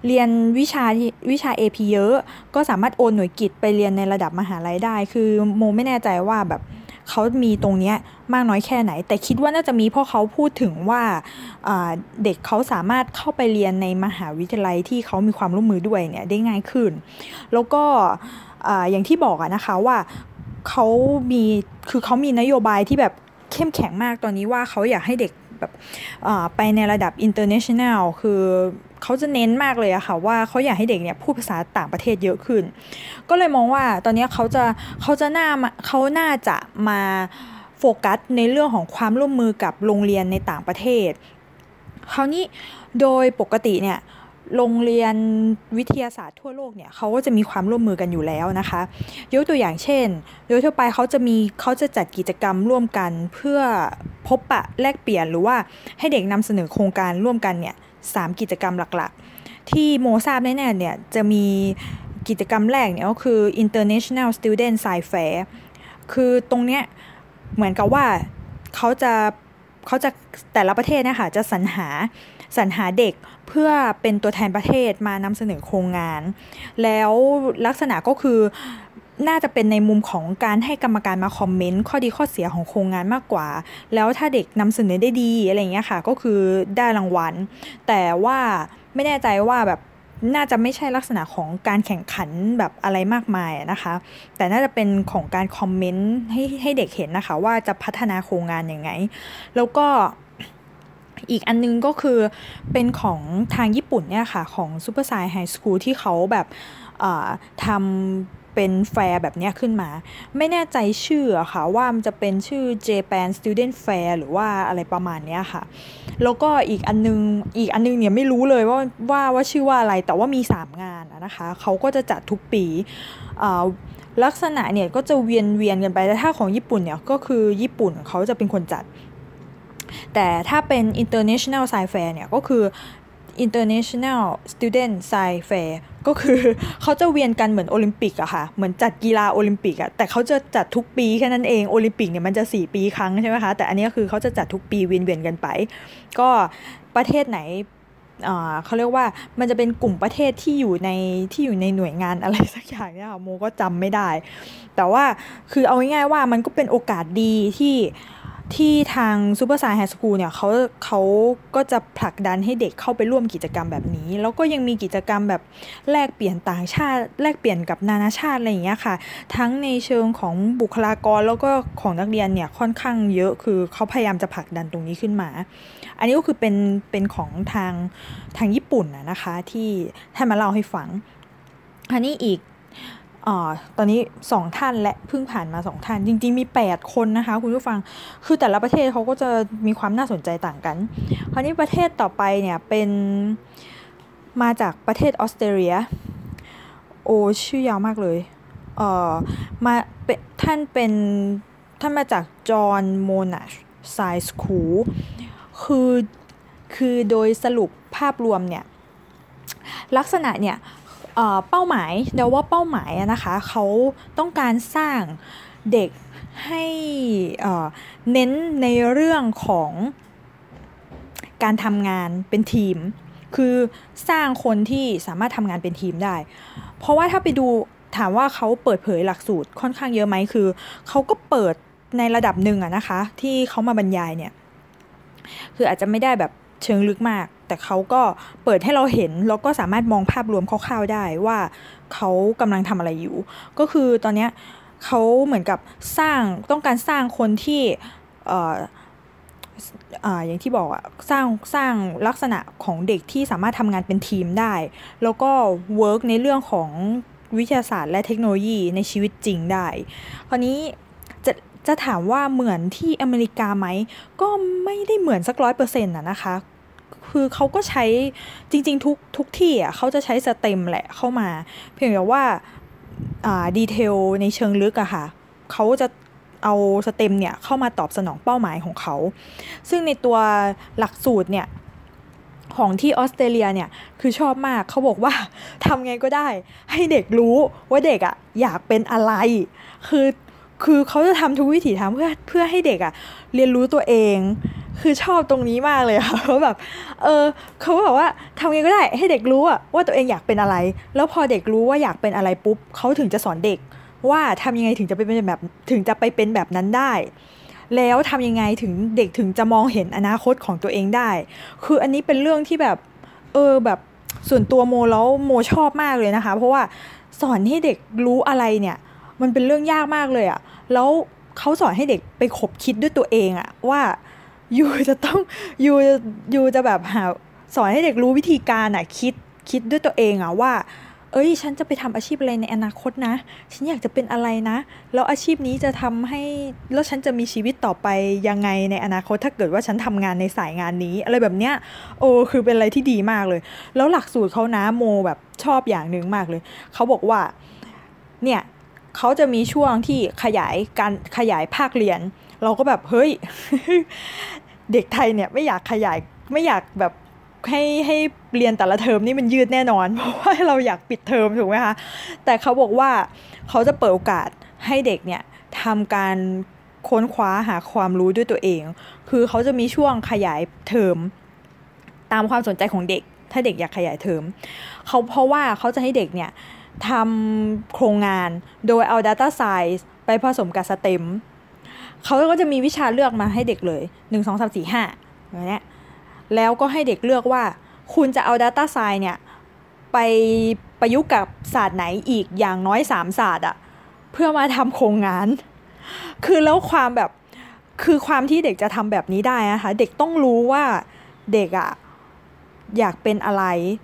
เรียนวิชา AP เยอะก็สามารถโอนหน่วยกิตไปเรียนในระดับมหาลัยได้คือโมไม่แน่ใจว่าแบบเขามีตรงเนี้ยมากน้อยแค่ไหนแต่คิดว่าน่าจะมีเพราะเขาพูดถึงว่าเด็กเขาสามารถเข้าไปเรียนในมหาวิทยาลัยที่เขามีความร่วมมือด้วยเนี่ยได้ง่ายขึ้นแล้วก็อย่างที่บอกนะคะว่าเขามีนโยบายที่แบบเข้มแข็งมากตอนนี้ว่าเขาอยากให้เด็กแบบไปในระดับ international คือเขาจะเน้นมากเลยอะค่ะว่าเขาอยากให้เด็กเนี่ยพูดภาษาต่างประเทศเยอะขึ้นก็เลยมองว่าตอนนี้เขาน่าจะมาโฟกัสในเรื่องของความร่วมมือกับโรงเรียนในต่างประเทศคราวนี้โดยปกติเนี่ยโรงเรียนวิทยาศาสตร์ทั่วโลกเนี่ยเขาก็จะมีความร่วมมือกันอยู่แล้วนะคะยกตัวอย่างเช่นโดยทั่วไปเขาจะจัดกิจกรรมร่วมกันเพื่อพบปะแลกเปลี่ยนหรือว่าให้เด็กนำเสนอโครงการร่วมกันเนี่ย3กิจกรรมหลักๆที่โมทราบแน่ๆเนี่ยจะมีกิจกรรมแรกเนี่ยก็คือ International Student Science Fair คือตรงเนี้ยเหมือนกับว่าเขาจะแต่ละประเทศนะคะจะสรรหาเด็กเพื่อเป็นตัวแทนประเทศมานำเสนอโครงงานแล้วลักษณะก็คือน่าจะเป็นในมุมของการให้กรรมการมาคอมเมนต์ข้อดีข้อเสียของโครงงานมากกว่าแล้วถ้าเด็กนำเสนอได้ดีอะไรอย่างเงี้ยค่ะก็คือได้รางวัลแต่ว่าไม่แน่ใจว่าแบบน่าจะไม่ใช่ลักษณะของการแข่งขันแบบอะไรมากมายนะคะแต่น่าจะเป็นของการคอมเมนต์ให้เด็กเห็นนะคะว่าจะพัฒนาโครงงานยังไงแล้วก็อีกอันนึงก็คือเป็นของทางญี่ปุ่นเนี่ยค่ะของ Super Science High School ที่เขาแบบทำเป็นแฟร์แบบนี้ขึ้นมาไม่แน่ใจชื่อค่ะว่ามันจะเป็นชื่อ Japan Student Fair หรือว่าอะไรประมาณนี้ค่ะแล้วก็อีกอันนึงเนี่ยไม่รู้เลยว่าชื่อว่าอะไรแต่ว่ามี3งานนะคะเขาก็จะจัดทุกปีลักษณะเนี่ยก็จะเวียนกันไปแต่ถ้าของญี่ปุ่นเนี่ยก็คือญี่ปุ่นเขาจะเป็นคนจัดแต่ถ้าเป็น International Science Fair เนี่ยก็คือ International Student Science Fair ก็คือเขาจะเวียนกันเหมือนโอลิมปิกอะค่ะเหมือนจัดกีฬาโอลิมปิกอะแต่เขาจะจัดทุกปีแค่นั้นเองโอลิมปิกเนี่ยมันจะ4ปีครั้งใช่ไหมคะแต่อันนี้คือเขาจะจัดทุกปีเวียนกันไปก็ประเทศไหนเขาเรียกว่ามันจะเป็นกลุ่มประเทศที่อยู่ในหน่วยงานอะไรสักอย่างเนี่ยค่ะโมก็จำไม่ได้แต่ว่าคือเอาง่ายๆว่ามันก็เป็นโอกาสดีที่ทาง Super Science High School เนี่ยเขาก็จะผลักดันให้เด็กเข้าไปร่วมกิจกรรมแบบนี้แล้วก็ยังมีกิจกรรมแบบแลกเปลี่ยนต่างชาติแลกเปลี่ยนกับนานาชาติอะไรอย่างเงี้ยค่ะทั้งในเชิงของบุคลากรแล้วก็ของนักเรียนเนี่ยค่อนข้างเยอะคือเขาพยายามจะผลักดันตรงนี้ขึ้นมาอันนี้ก็คือเป็นของทางญี่ปุ่นนะคะที่ให้มาเล่าให้ฟังอันนี้อีกตอนนี้2ท่านและเพิ่งผ่านมา2ท่านจริงๆมี8คนนะคะคุณผู้ฟังคือแต่ละประเทศเขาก็จะมีความน่าสนใจต่างกันคราวนี้ประเทศต่อไปเนี่ยเป็นมาจากประเทศออสเตรเลียโอ้ชื่อยาวมากเลยมาท่านมาจากจอห์นโมนาชไซส์สคูลคือโดยสรุปภาพรวมเนี่ยลักษณะเนี่ยเป้าหมายเดาว่าเป้าหมายนะคะเขาต้องการสร้างเด็กให้เน้นในเรื่องของการทำงานเป็นทีมคือสร้างคนที่สามารถทำงานเป็นทีมได้เพราะว่าถ้าไปดูถามว่าเขาเปิดเผยหลักสูตรค่อนข้างเยอะไหมคือเขาก็เปิดในระดับหนึ่งนะคะที่เขามาบรรยายเนี่ยคืออาจจะไม่ได้แบบเชิงลึกมากแต่เขาก็เปิดให้เราเห็นแล้วก็สามารถมองภาพรวมคร่าวๆได้ว่าเขากำลังทำอะไรอยู่ก็คือตอนนี้เขาเหมือนกับต้องการสร้างคนที่อย่างที่บอกสร้างลักษณะของเด็กที่สามารถทำงานเป็นทีมได้แล้วก็เวิร์กในเรื่องของวิทยาศาสตร์และเทคโนโลยีในชีวิตจริงได้คราวนี้จะถามว่าเหมือนที่อเมริกาไหมก็ไม่ได้เหมือนสัก100%นะคะคือเขาก็ใช้จริงๆทุกที่เขาจะใช้สเต็มแหละเข้ามาเพียงแต่ว่าดีเทลในเชิงลึกค่ะเขาจะเอาสเต็มเนี่ยเข้ามาตอบสนองเป้าหมายของเขาซึ่งในตัวหลักสูตรเนี่ยของที่ออสเตรเลียเนี่ยคือชอบมากเขาบอกว่าทำไงก็ได้ให้เด็กรู้ว่าเด็กอยากเป็นอะไรคือเขาจะทำทุกวิถีทางเพื่อให้เด็กเรียนรู้ตัวเองคือชอบตรงนี้มากเลยค่ะเพราะแบบเขาแบบว่าทำไงก็ได้ให้เด็กรู้ว่าตัวเองอยากเป็นอะไรแล้วพอเด็กรู้ว่าอยากเป็นอะไรปุ๊บเขาถึงจะสอนเด็กว่าทำยังไงถึงจะไปเป็นแบบถึงจะไปเป็นแบบนั้นได้แล้วทำยังไงถึงเด็กถึงจะมองเห็นอนาคตของตัวเองได้คืออันนี้เป็นเรื่องที่แบบแบบส่วนตัวโมแล้วโมชอบมากเลยนะคะเพราะว่าสอนให้เด็กรู้อะไรเนี่ยมันเป็นเรื่องยากมากเลยแล้วเขาสอนให้เด็กไปคบคิดด้วยตัวเองว่ายูจะต้องยูจะแบบสอนให้เด็กรู้วิธีการคิดด้วยตัวเองว่าฉันจะไปทำอาชีพอะไรในอนาคตนะฉันอยากจะเป็นอะไรนะแล้วอาชีพนี้จะทำให้แล้วฉันจะมีชีวิตต่อไปยังไงในอนาคตถ้าเกิดว่าฉันทำงานในสายงานนี้อะไรแบบเนี้ยคือเป็นอะไรที่ดีมากเลยแล้วหลักสูตรเขานะโมแบบชอบอย่างนึงมากเลยเขาบอกว่าเนี่ยเขาจะมีช่วงที่ขยายภาคเรียนเราก็แบบเฮ้ย เด็กไทยเนี่ยไม่อยากแบบให้เรียนแต่ละเทอมนี่มันยืดแน่นอนเพราะว่าเราอยากปิดเทอมถูกไหมคะแต่เขาบอกว่าเขาจะเปิดโอกาสให้เด็กเนี่ยทำการค้นคว้าหาความรู้ด้วยตัวเองคือเขาจะมีช่วงขยายเทอมตามความสนใจของเด็กถ้าเด็กอยากขยายเทอมเพราะว่าเขาจะให้เด็กเนี่ยทำโครงงานโดยเอา Data Science ไปผสมกับ STEM เขาก็จะมีวิชาเลือกมาให้เด็กเลย1 2 3 4 5อย่างเงี้ยแล้วก็ให้เด็กเลือกว่าคุณจะเอา Data Science เนี่ยไปประยุกต์กับศาสตร์ไหนอีกอย่างน้อย3ศาสตร์เพื่อมาทำโครงงานคือแล้วความที่เด็กจะทำแบบนี้ได้นะคะเด็กต้องรู้ว่าเด็กอยากเป็นอะไร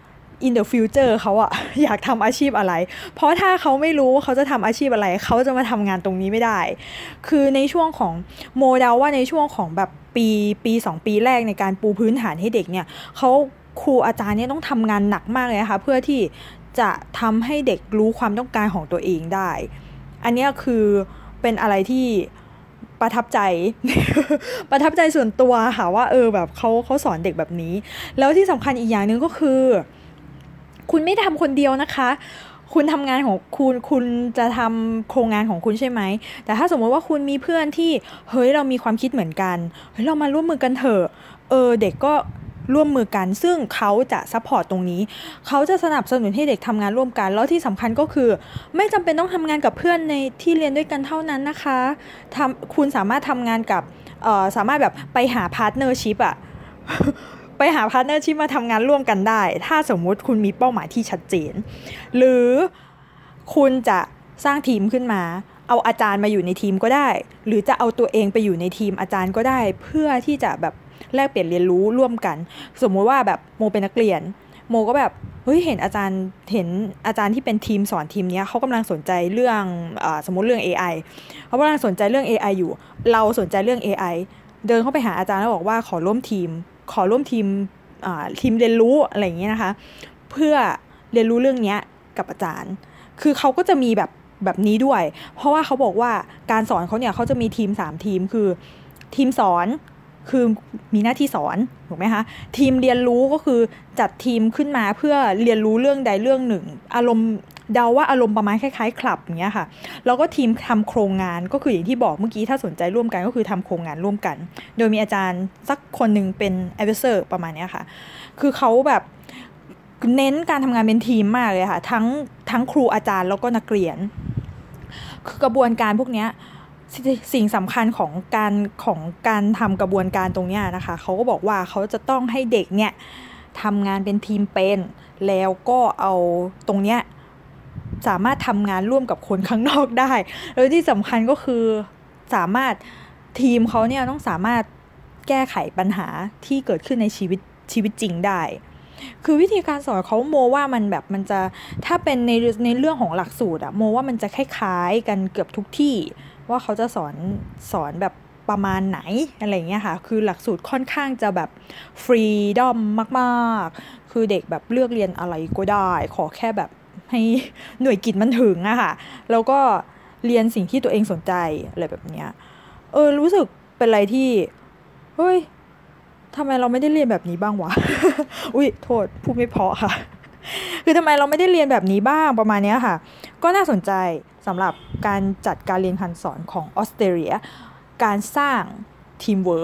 in the future เขาอยากทำอาชีพอะไรเพราะถ้าเขาไม่รู้ว่าเขาจะทำอาชีพอะไรเขาจะมาทำงานตรงนี้ไม่ได้คือในช่วงของโมเดลว่าในช่วงของแบบปี2 ปีแรกในการปูพื้นฐานให้เด็กเนี่ยครูอาจารย์เนี่ยต้องทำงานหนักมากเลยนะคะเพื่อที่จะทำให้เด็กรู้ความต้องการของตัวเองได้อันนี้คือเป็นอะไรที่ประทับใจ ประทับใจส่วนตัวค่ะว่าแบบเขาสอนเด็กแบบนี้แล้วที่สำคัญอีกอย่างนึงก็คือคุณไม่ทำคนเดียวนะคะคุณทำงานของคุณจะทำโครงงานของคุณใช่ไหมแต่ถ้าสมมติว่าคุณมีเพื่อนที่เฮ้ยเรามีความคิดเหมือนกันเฮ้ยเรามาร่วมมือกันเถอะเด็กก็ร่วมมือกันซึ่งเขาจะซัพพอร์ตตรงนี้เขาจะสนับสนุนให้เด็กทำงานร่วมกันแล้วที่สำคัญก็คือไม่จำเป็นต้องทำงานกับเพื่อนในที่เรียนด้วยกันเท่านั้นนะคะคุณสามารถทำงานกับสามารถแบบไปหาพาร์ทเนอร์ชิพไปหาพาร์ทเนอร์ชิพมาทำงานร่วมกันได้ถ้าสมมุติคุณมีเป้าหมายที่ชัดเจนหรือคุณจะสร้างทีมขึ้นมาเอาอาจารย์มาอยู่ในทีมก็ได้หรือจะเอาตัวเองไปอยู่ในทีมอาจารย์ก็ได้เพื่อที่จะแบบแลกเปลี่ยนเรียนรู้ร่วมกันสมมุติว่าแบบโมเป็นนักเรียนโมก็แบบเฮ้ยเห็นอาจารย์ที่เป็นทีมสอนทีมนี้เขากำลังสนใจเรื่องสมมติเรื่อง AI เขากำลังสนใจเรื่อง AI อยู่เราสนใจเรื่อง AI เดินเข้าไปหาอาจารย์แล้วบอกว่าขอร่วมทีมทีมเรียนรู้อะไรอย่างเงี้ยนะคะเพื่อเรียนรู้เรื่องนี้กับอาจารย์คือเขาก็จะมีแบบนี้ด้วยเพราะว่าเขาบอกว่าการสอนเขาเนี่ยเขาจะมีทีม3ทีมคือทีมสอนคือมีหน้าที่สอนถูกไหมคะทีมเรียนรู้ก็คือจัดทีมขึ้นมาเพื่อเรียนรู้เรื่องใดเรื่องหนึ่งอารมณ์เดาว่าอารมณ์ประมาณคล้ายๆคลับอย่างเงี้ยค่ะแล้วก็ทีมทำโครงงานก็คืออย่างที่บอกเมื่อกี้ถ้าสนใจร่วมกันก็คือทำโครงงานร่วมกันโดยมีอาจารย์สักคนหนึ่งเป็นแอดไวเซอร์ประมาณนี้ค่ะคือเขาแบบเน้นการทำงานเป็นทีมมากเลยค่ะทั้งครูอาจารย์แล้วก็นักเรียนคือกระบวนการพวกนี้สิ่งสำคัญของการทำกระบวนการตรงนี้นะคะเขาก็บอกว่าเขาจะต้องให้เด็กเนี่ยทำงานเป็นทีมเป็นแล้วก็เอาตรงเนี้ยสามารถทำงานร่วมกับคนข้างนอกได้แล้วที่สำคัญก็คือสามารถทีมเขาเนี่ยต้องสามารถแก้ไขปัญหาที่เกิดขึ้นในชีวิตจริงได้คือวิธีการสอนเขาโมว่ามันจะถ้าเป็นในเรื่องของหลักสูตรโมว่ามันจะคล้ายๆกันเกือบทุกที่ว่าเขาจะสอนแบบประมาณไหนอะไรเงี้ยค่ะคือหลักสูตรค่อนข้างจะแบบฟรีดอมมากๆคือเด็กแบบเลือกเรียนอะไรก็ได้ขอแค่แบบให้หน่วยกิตมันถึงค่ะแล้วก็เรียนสิ่งที่ตัวเองสนใจอะไรแบบเนี้ยรู้สึกเป็นอะไรที่เฮ้ยทำไมเราไม่ได้เรียนแบบนี้บ้างวะ อุ๊ยโทษพูดไม่เพราะค่ะคือทำไมเราไม่ได้เรียนแบบนี้บ้างประมาณนี้ค่ะก็น่าสนใจสำหรับการจัดการเรียนการสอนของออสเตรเลียการสร้างทีมเวิร์ค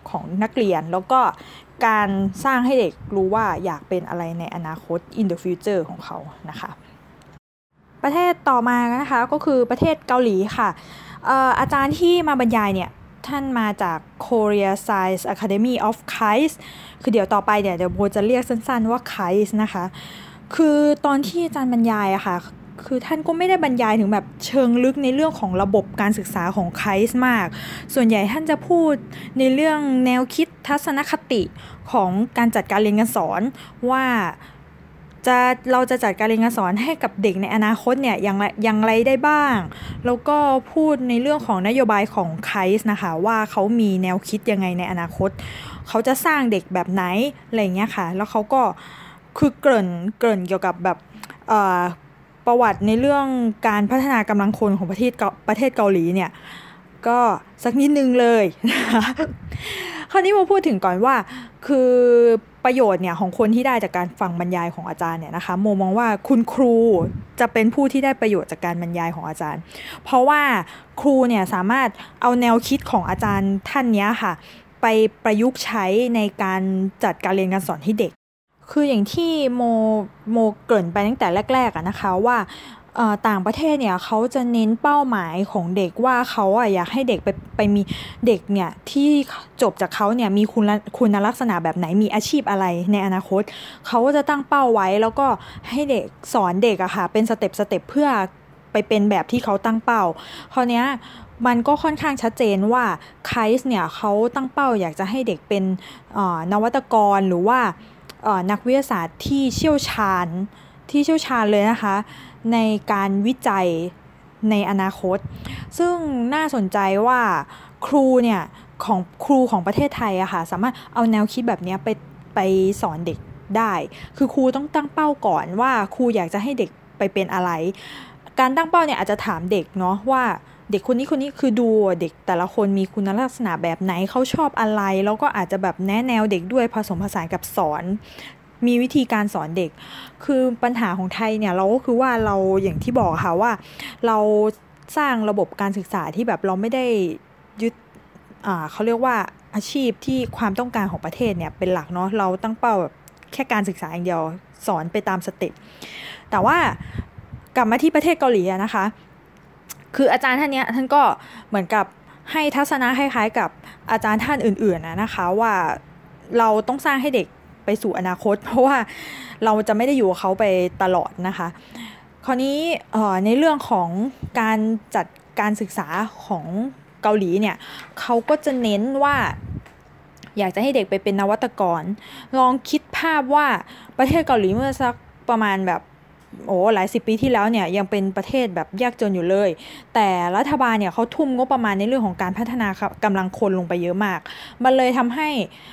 ของนักเรียนแล้วก็การสร้างให้เด็กรู้ว่าอยากเป็นอะไรในอนาคต in the future ของเขานะคะประเทศต่อมานะคะก็คือประเทศเกาหลีค่ะอาจารย์ที่มาบรรยายเนี่ยท่านมาจาก Korea Science Academy of KAIST คือเดี๋ยวต่อไปเดี๋ยวโบจะเรียกสั้นๆว่า KAIST นะคะคือตอนที่อาจารย์บรรยายอะค่ะคือท่านก็ไม่ได้บรรยายถึงแบบเชิงลึกในเรื่องของระบบการศึกษาของ KAIST มากส่วนใหญ่ท่านจะพูดในเรื่องแนวคิดทัศนคติของการจัดการเรียนการสอนว่าเราจะจัดการเรียนการสอนให้กับเด็กในอนาคตเนี่ยอย่างไรได้บ้างแล้วก็พูดในเรื่องของนโยบายของ KAIST นะคะว่าเขามีแนวคิดยังไงในอนาคตเขาจะสร้างเด็กแบบไหนอะไรเงี้ยค่ะแล้วเขาก็คือเกริ่นเกี่ยวกับแบบประวัติในเรื่องการพัฒนากำลังคนของประเทศเกาหลีเนี่ยก็สักนิดนึงเลยนะคะคราวนี้มาพูดถึงก่อนว่าคือประโยชน์เนี่ยของคนที่ได้จากการฟังบรรยายของอาจารย์เนี่ยนะคะโมมองว่าคุณครูจะเป็นผู้ที่ได้ประโยชน์จากการบรรยายของอาจารย์เพราะว่าครูเนี่ยสามารถเอาแนวคิดของอาจารย์ท่านนี้ค่ะไปประยุกต์ใช้ในการจัดการเรียนการสอนให้เด็กคืออย่างที่โมเกริ่นไปตั้งแต่แรกๆนะคะว่าต่างประเทศเนี่ยเขาจะเน้นเป้าหมายของเด็กว่าเขาอยากให้เด็กไปมีเด็กเนี่ยที่จบจากเขาเนี่ยมีคุณลักษณะแบบไหนมีอาชีพอะไรในอนาคตเขาก็จะตั้งเป้าไว้แล้วก็ให้เด็กสอนเด็กอะค่ะเป็นสเต็ปเพื่อไปเป็นแบบที่เขาตั้งเป้าคราวเนี้ยมันก็ค่อนข้างชัดเจนว่า KAIST เนี่ยเขาตั้งเป้าอยากจะให้เด็กเป็นนวัตกรหรือว่านักวิทยาศาสตร์ที่เชี่ยวชาญเลยนะคะในการวิจัยในอนาคตซึ่งน่าสนใจว่าครูของประเทศไทยอะค่ะสามารถเอาแนวคิดแบบนี้ไปสอนเด็กได้คือครูต้องตั้งเป้าก่อนว่าครูอยากจะให้เด็กไปเป็นอะไรการตั้งเป้าเนี่ยอาจจะถามเด็กเนาะว่าเด็กคนนี้คือดูเด็กแต่ละคนมีคุณลักษณะแบบไหนเขาชอบอะไรแล้วก็อาจจะแบบแนะแนวเด็กด้วยผสมผสานกับสอนมีวิธีการสอนเด็กคือปัญหาของไทยเนี่ยเราก็คือว่าเราอย่างที่บอกค่ะว่าเราสร้างระบบการศึกษาที่แบบเราไม่ได้ยึดเขาเรียกว่าอาชีพที่ความต้องการของประเทศเนี่ยเป็นหลักเนาะเราตั้งเป้าแบบแค่การศึกษาอย่างเดียวสอนไปตามสเต็ปแต่ว่ากลับมาที่ประเทศเกาหลีนะคะคืออาจารย์ท่านเนี้ยท่านก็เหมือนกับให้ทัศนะคล้ายๆกับอาจารย์ท่านอื่นๆนะคะว่าเราต้องสร้างให้เด็กไปสู่อนาคตเพราะว่าเราจะไม่ได้อยู่กับเขาไปตลอดนะคะคราวนี้ในเรื่องของการจัดการศึกษาของเกาหลีเนี่ยเขาก็จะเน้นว่าอยากจะให้เด็กไปเป็นนวัตกรลองคิดภาพว่าประเทศเกาหลีเมื่อสักประมาณแบบหลายสิบปีที่แล้วเนี่ยยังเป็นประเทศแบบยากจนอยู่เลยแต่รัฐบาลเนี่ยเขาทุ่มงบประมาณในเรื่องของการพัฒนากำลังคนลงไปเยอะมากมันเลยทำให้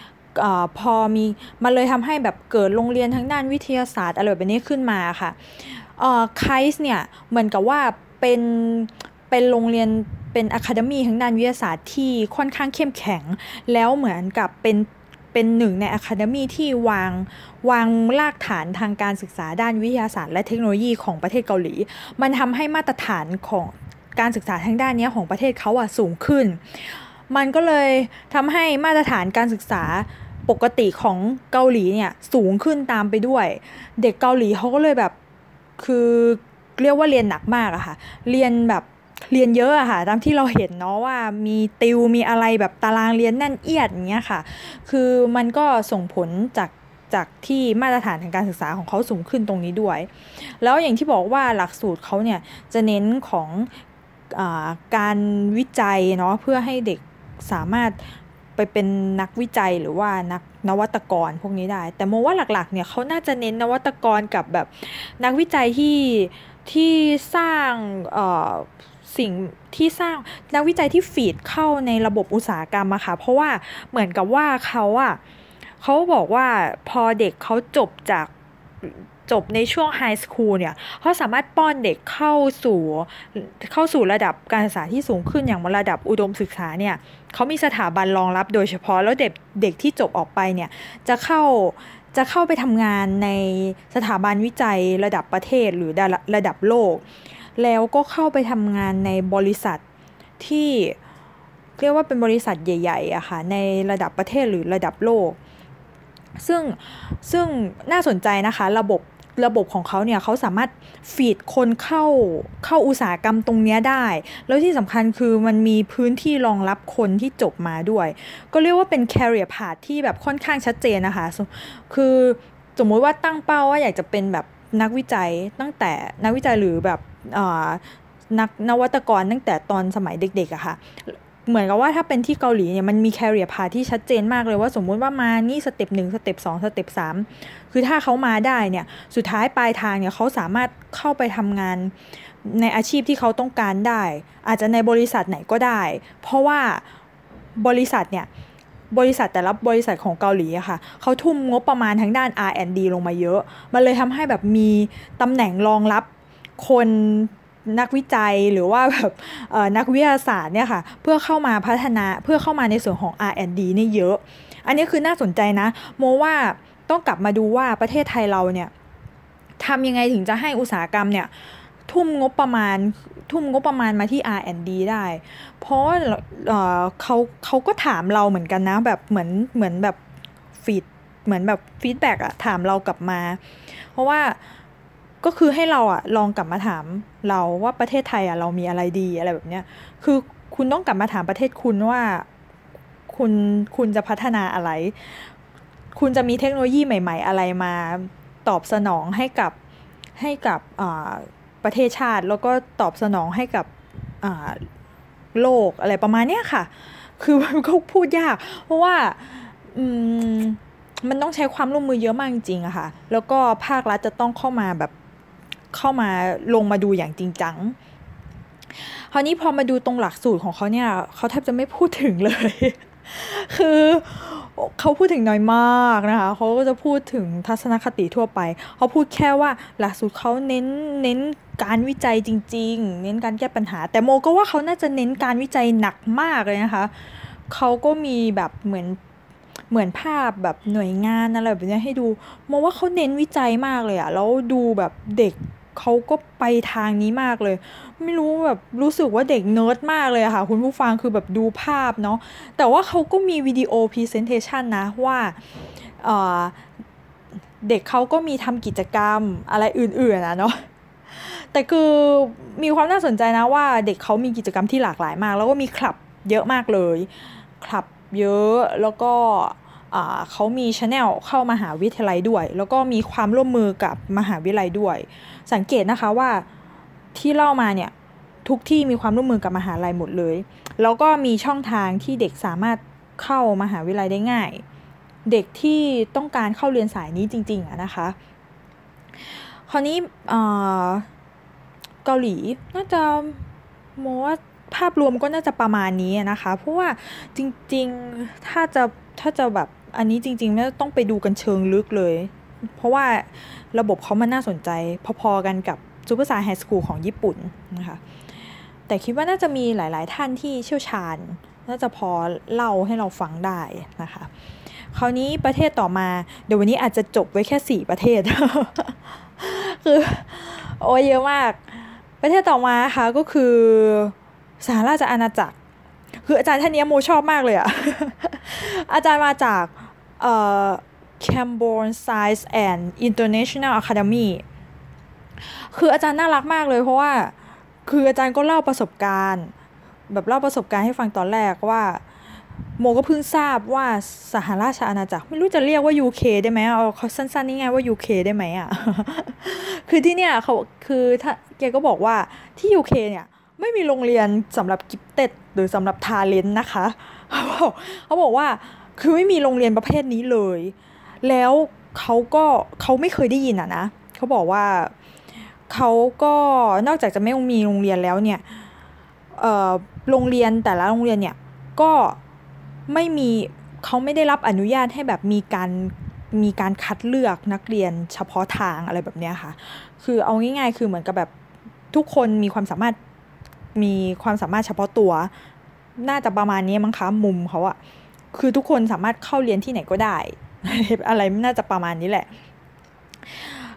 มันเลยทำให้แบบเกิดโรงเรียนทางด้านวิทยาศาสตร์อะไรแบบนี้ขึ้นมาค่ะKAIST เนี่ยเหมือนกับว่าเป็นโรงเรียนเป็นอะคาเดมีทางด้านวิทยาศาสตร์ที่ค่อนข้างเข้มแข็งแล้วเหมือนกับเป็นหนึ่งในอะคาเดมีที่วางรากฐานทางการศึกษาด้านวิทยาศาสตร์และเทคโนโลยีของประเทศเกาหลีมันทำให้มาตรฐานของการศึกษาทางด้านนี้ของประเทศเขาสูงขึ้นมันก็เลยทำให้มาตรฐานการศึกษาปกติของเกาหลีเนี่ยสูงขึ้นตามไปด้วยเด็กเกาหลีเขาก็เลยแบบคือเรียกว่าเรียนหนักมากอะค่ะเรียนเยอะอะค่ะตามที่เราเห็นเนาะว่ามีติวมีอะไรแบบตารางเรียนแน่นเอียดอย่างเงี้ยค่ะคือมันก็ส่งผลจากที่มาตรฐานทางการศึกษาของเขาสูงขึ้นตรงนี้ด้วยแล้วอย่างที่บอกว่าหลักสูตรเขาเนี่ยจะเน้นของการวิจัยเนาะเพื่อให้เด็กสามารถไปเป็นนักวิจัยหรือว่านักนวัตกรพวกนี้ได้แต่โมว่าหลักๆเนี่ยเขาน่าจะเน้นนวัตกรกับแบบนักวิจัยที่สร้างสิ่งที่สร้างนักวิจัยที่ฟีดเข้าในระบบอุตสาหกรรมอะค่ะเพราะว่าเหมือนกับว่าเขาบอกว่าพอเด็กเขาจบในช่วงไฮสคูลเนี่ยเขาสามารถป้อนเด็กเข้าสู่ระดับการศึกษาที่สูงขึ้นอย่างระดับอุดมศึกษาเนี่ยเขามีสถาบันรองรับโดยเฉพาะแล้วเด็กที่จบออกไปเนี่ยจะเข้าไปทำงานในสถาบันวิจัยระดับประเทศหรือระดับโลกแล้วก็เข้าไปทำงานในบริษัทเรียกว่าเป็นบริษัทใหญ่ๆอะค่ะในระดับประเทศหรือระดับโลกซึ่งซึ่งน่าสนใจนะคะระบบของเขาเนี่ยเขาสามารถฟีดคนเข้าอุตสาหกรรมตรงเนี้ยได้แล้วที่สำคัญคือมันมีพื้นที่รองรับคนที่จบมาด้วยก็เรียกว่าเป็น career path ที่แบบค่อนข้างชัดเจนนะคะคือสมมุติว่าตั้งเป้าว่าอยากจะเป็นแบบนักวิจัยตั้งแต่นักวิจัยหรือแบบนักนวัตกรตั้งแต่ตอนสมัยเด็กๆอะค่ะเหมือนกับว่าถ้าเป็นที่เกาหลีเนี่ยมันมี career path ที่ชัดเจนมากเลยว่าสมมุติว่ามานี่สเต็ป1สเต็ป2สเต็ป3คือถ้าเขามาได้เนี่ยสุดท้ายปลายทางเนี่ยเขาสามารถเข้าไปทำงานในอาชีพที่เขาต้องการได้อาจจะในบริษัทไหนก็ได้เพราะว่าบริษัทเนี่ยบริษัทแต่ละบริษัทของเกาหลีอะค่ะเขาทุ่มงบประมาณทางด้าน R&D ลงมาเยอะมันเลยทำให้แบบมีตำแหน่งรองรับคนนักวิจัยหรือว่าแบบนักวิทยาศาสตร์เนี่ยค่ะเพื่อเข้ามาพัฒนาเพื่อเข้ามาในส่วนของ R&D นี่เยอะอันนี้คือน่าสนใจนะโมว่าต้องกลับมาดูว่าประเทศไทยเราเนี่ยทำยังไงถึงจะให้อุตสาหกรรมเนี่ยทุ่มงบประมาณมาที่ R&D ได้เพราะเขาก็ถามเราเหมือนกันนะแบบเหมือนแบบฟีดเหมือนแบบฟีดแบ็กอะถามเรากลับมาเพราะว่าก็คือให้เราอะลองกลับมาถามเราว่าประเทศไทยอะเรามีอะไรดีอะไรแบบเนี้ยคือคุณต้องกลับมาถามประเทศคุณว่าคุณจะพัฒนาอะไรคุณจะมีเทคโนโลยีใหม่ๆอะไรมาตอบสนองให้กับประเทศชาติแล้วก็ตอบสนองให้กับโลกอะไรประมาณเนี้ยค่ะคือมันก็พูดยากเพราะว่ามันต้องใช้ความร่วมมือเยอะมากจริงๆอะค่ะแล้วก็ภาครัฐจะต้องเข้ามาลงมาดูอย่างจริงจังคราวนี้พอมาดูตรงหลักสูตรของเขาเนี่ยเขาแทบจะไม่พูดถึงเลย คือเขาพูดถึงน้อยมากนะคะเขาก็จะพูดถึงทัศนคติทั่วไปเขาพูดแค่ว่าหลักสูตรเขาเน้นการวิจัยจริงๆเน้นการแก้ปัญหาแต่โมก็ว่าเขาน่าจะเน้นการวิจัยหนักมากเลยนะคะเขาก็มีแบบเหมือนภาพแบบหน่วยงานอะไรแบบนี้ให้ดูโมว่าเขาเน้นวิจัยมากเลยอะแล้วดูแบบเด็กเขาก็ไปทางนี้มากเลยไม่รู้แบบรู้สึกว่าเด็กเนิร์ดมากเลยอะค่ะคุณผู้ฟังคือแบบดูภาพเนาะแต่ว่าเขาก็มีวิดีโอพรีเซนเทชันนะว่าเอ่อเด็กเขาก็มีทำกิจกรรมอะไรอื่นๆนะเนาะแต่คือมีความน่าสนใจนะว่าเด็กเขามีกิจกรรมที่หลากหลายมากแล้วก็มีคลับเยอะมากเลยคลับเยอะแล้วก็เขามี channel เข้ามหาวิทยาลัยด้วยแล้วก็มีความร่วมมือกับมหาวิทยาลัยด้วยสังเกตนะคะว่าที่เล่ามาเนี่ยทุกที่มีความร่วมมือกับมหาลัยหมดเลยแล้วก็มีช่องทางที่เด็กสามารถเข้ามหาวิทยาลัยได้ง่ายเด็กที่ต้องการเข้าเรียนสายนี้จริงๆอะนะคะคราวนี้เกาหลีน่าจะโมว่าภาพรวมก็น่าจะประมาณนี้นะคะเพราะว่าจริงๆถ้าจะแบบอันนี้จริงๆน่าต้องไปดูกันเชิงลึกเลยเพราะว่าระบบเขามันน่าสนใจพอๆกันกับซูเปอร์ไซน์ไฮสคูลของญี่ปุ่นนะคะแต่คิดว่าน่าจะมีหลายๆท่านที่เชี่ยวชาญน่าจะพอเล่าให้เราฟังได้นะคะคราวนี้ประเทศต่อมาเดี๋ยววันนี้อาจจะจบไว้แค่4ประเทศ คือโอ้ยเยอะมากประเทศต่อมาค่ะก็คือสหราชอาณาจักรคืออาจารย์ท่านนี้โมชอบมากเลยอะ อาจารย์มาจากCambridge Science and International Academy คืออาจารย์น่ารักมากเลยเพราะว่าคืออาจารย์ก็เล่าประสบการณ์ให้ฟังตอนแรกว่าโมก็เพิ่งทราบว่าสหราชอาณาจักรไม่รู้จะเรียกว่า UK ได้ไหมเขาสั้นๆนี่ไงว่า UK ได้ไหมอ่ะ คือที่เนี่ยเขาคือถ้าแกก็บอกว่าที่ UK เนี่ยไม่มีโรงเรียนสำหรับกิฟเต็ดหรือสำหรับทาเลนต์นะคะเขาบอกว่าคือไม่มีโรงเรียนประเภทนี้เลยแล้วเขาไม่เคยได้ยินอ่ะนะเขาบอกว่าเขาก็นอกจากจะไม่มีโรงเรียนแล้วเนี่ยโรงเรียนแต่ละโรงเรียนเนี่ยก็ไม่มีเขาไม่ได้รับอนุญาตให้แบบมีการคัดเลือกนักเรียนเฉพาะทางอะไรแบบเนี้ยค่ะคือเอาง่ายๆคือเหมือนกับแบบทุกคนมีความสามารถเฉพาะตัวน่าจะประมาณนี้มั้งคะมุมเขาอะคือทุกคนสามารถเข้าเรียนที่ไหนก็ได้ อะไรน่าจะประมาณนี้แหละ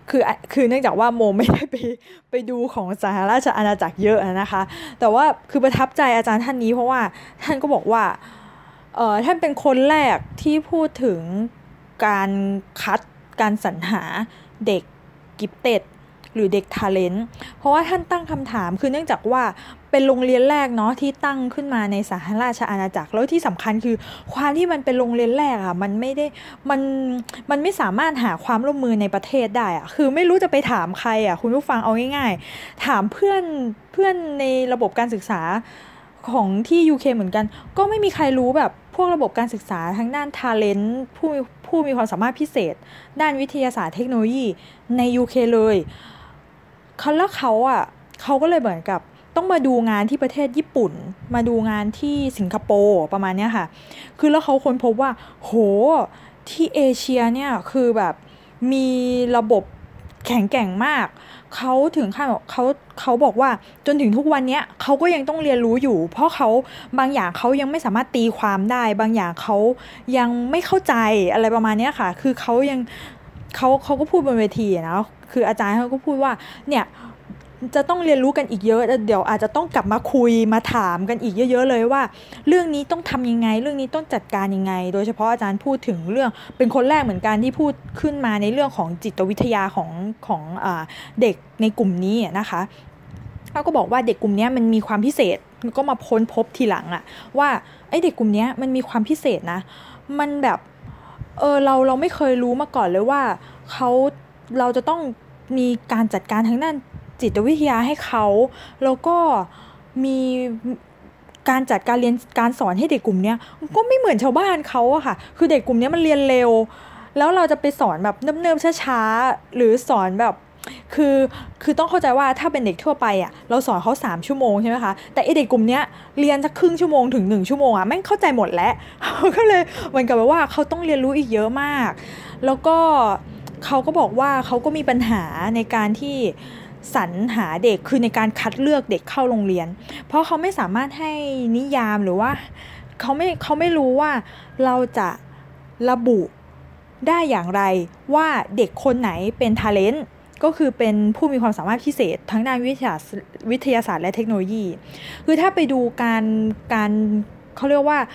คือคือเนื่องจากว่าโมไม่ได้ไปดูของสหราชอาณาจักรเยอะนะคะแต่ว่าคือประทับใจอาจารย์ท่านนี้เพราะว่าท่านก็บอกว่าท่านเป็นคนแรกที่พูดถึงการคัดการสรรหาเด็กกิฟเต็ดหรือเด็กทาเลนต์เพราะว่าท่านตั้งคำถามคือเนื่องจากว่าเป็นโรงเรียนแรกเนาะที่ตั้งขึ้นมาในสหราชอาณาจักรแล้วที่สำคัญคือความที่มันเป็นโรงเรียนแรกอะมันไม่ได้มันไม่สามารถหาความร่วมมือในประเทศได้อะคือไม่รู้จะไปถามใครอะคุณผู้ฟังเอาง่ายๆถามเพื่อนในระบบการศึกษาของที่ UK เหมือนกันก็ไม่มีใครรู้แบบพวกระบบการศึกษาทางด้าน talent ผู้มีความสามารถพิเศษด้านวิทยาศาสตร์เทคโนโลยีใน UK เลยแล้วเขาก็เลยเหมือนกับต้องมาดูงานที่ประเทศญี่ปุ่นมาดูงานที่สิงคโปร์ประมาณนี้ค่ะคือแล้วเขาค้นพบว่าโหที่เอเชียเนี่ยคือแบบมีระบบแข็งแกร่งมากเขาถึงขั้นเขาบอกว่าจนถึงทุกวันนี้เขาก็ยังต้องเรียนรู้อยู่เพราะเขาบางอย่างเขายังไม่สามารถตีความได้บางอย่างเขายังไม่เข้าใจอะไรประมาณนี้ค่ะคือเขาก็พูดบนเวทีนะคืออาจารย์เขาก็พูดว่าเนี่ยจะต้องเรียนรู้กันอีกเยอะเดี๋ยวอาจจะต้องกลับมาคุยมาถามกันอีกเยอะๆเลยว่าเรื่องนี้ต้องทำยังไงเรื่องนี้ต้องจัดการยังไงโดยเฉพาะอาจารย์พูดถึงเรื่องเป็นคนแรกเหมือนกันที่พูดขึ้นมาในเรื่องของจิตวิทยาของเด็กในกลุ่มนี้นะคะเขาก็บอกว่าเด็กกลุ่มนี้มันมีความพิเศษก็มาค้นพบทีหลังอะว่าไอ้เด็กกลุ่มนี้มันมีความพิเศษนะมันแบบเราไม่เคยรู้มาก่อนเลยว่าเราจะต้องมีการจัดการทางด้านจิตวิทยาให้เขาแล้วก็มีการจัดการเรียนการสอนให้เด็กกลุ่มนี้ก็ไม่เหมือนชาวบ้านเขาอะค่ะคือเด็กกลุ่มนี้มันเรียนเร็วแล้วเราจะไปสอนแบบเนิบๆช้าๆหรือสอนแบบคือต้องเข้าใจว่าถ้าเป็นเด็กทั่วไปอ่ะเราสอนเขา3ชั่วโมงใช่ไหมคะแต่ไอเด็กกลุ่มเนี้ยเรียนสักครึ่งชั่วโมงถึง1ชั่วโมงอ่ะแม่งเข้าใจหมดแล้วก็เลยเหมือนกับว่าเขาต้องเรียนรู้อีกเยอะมากแล้วก็เขาก็บอกว่าเขาก็มีปัญหาในการที่สรรหาเด็กคือในการคัดเลือกเด็กเข้าโรงเรียนเพราะเขาไม่สามารถให้นิยามหรือว่าเขาไม่รู้ว่าเราจะระบุได้อย่างไรว่าเด็กคนไหนเป็น talent ก็คือเป็นผู้มีความสามารถพิเศษทั้งด้านวิทยาศาสตร์และเทคโนโลยีคือถ้าไปดูการเขาเรียกว่า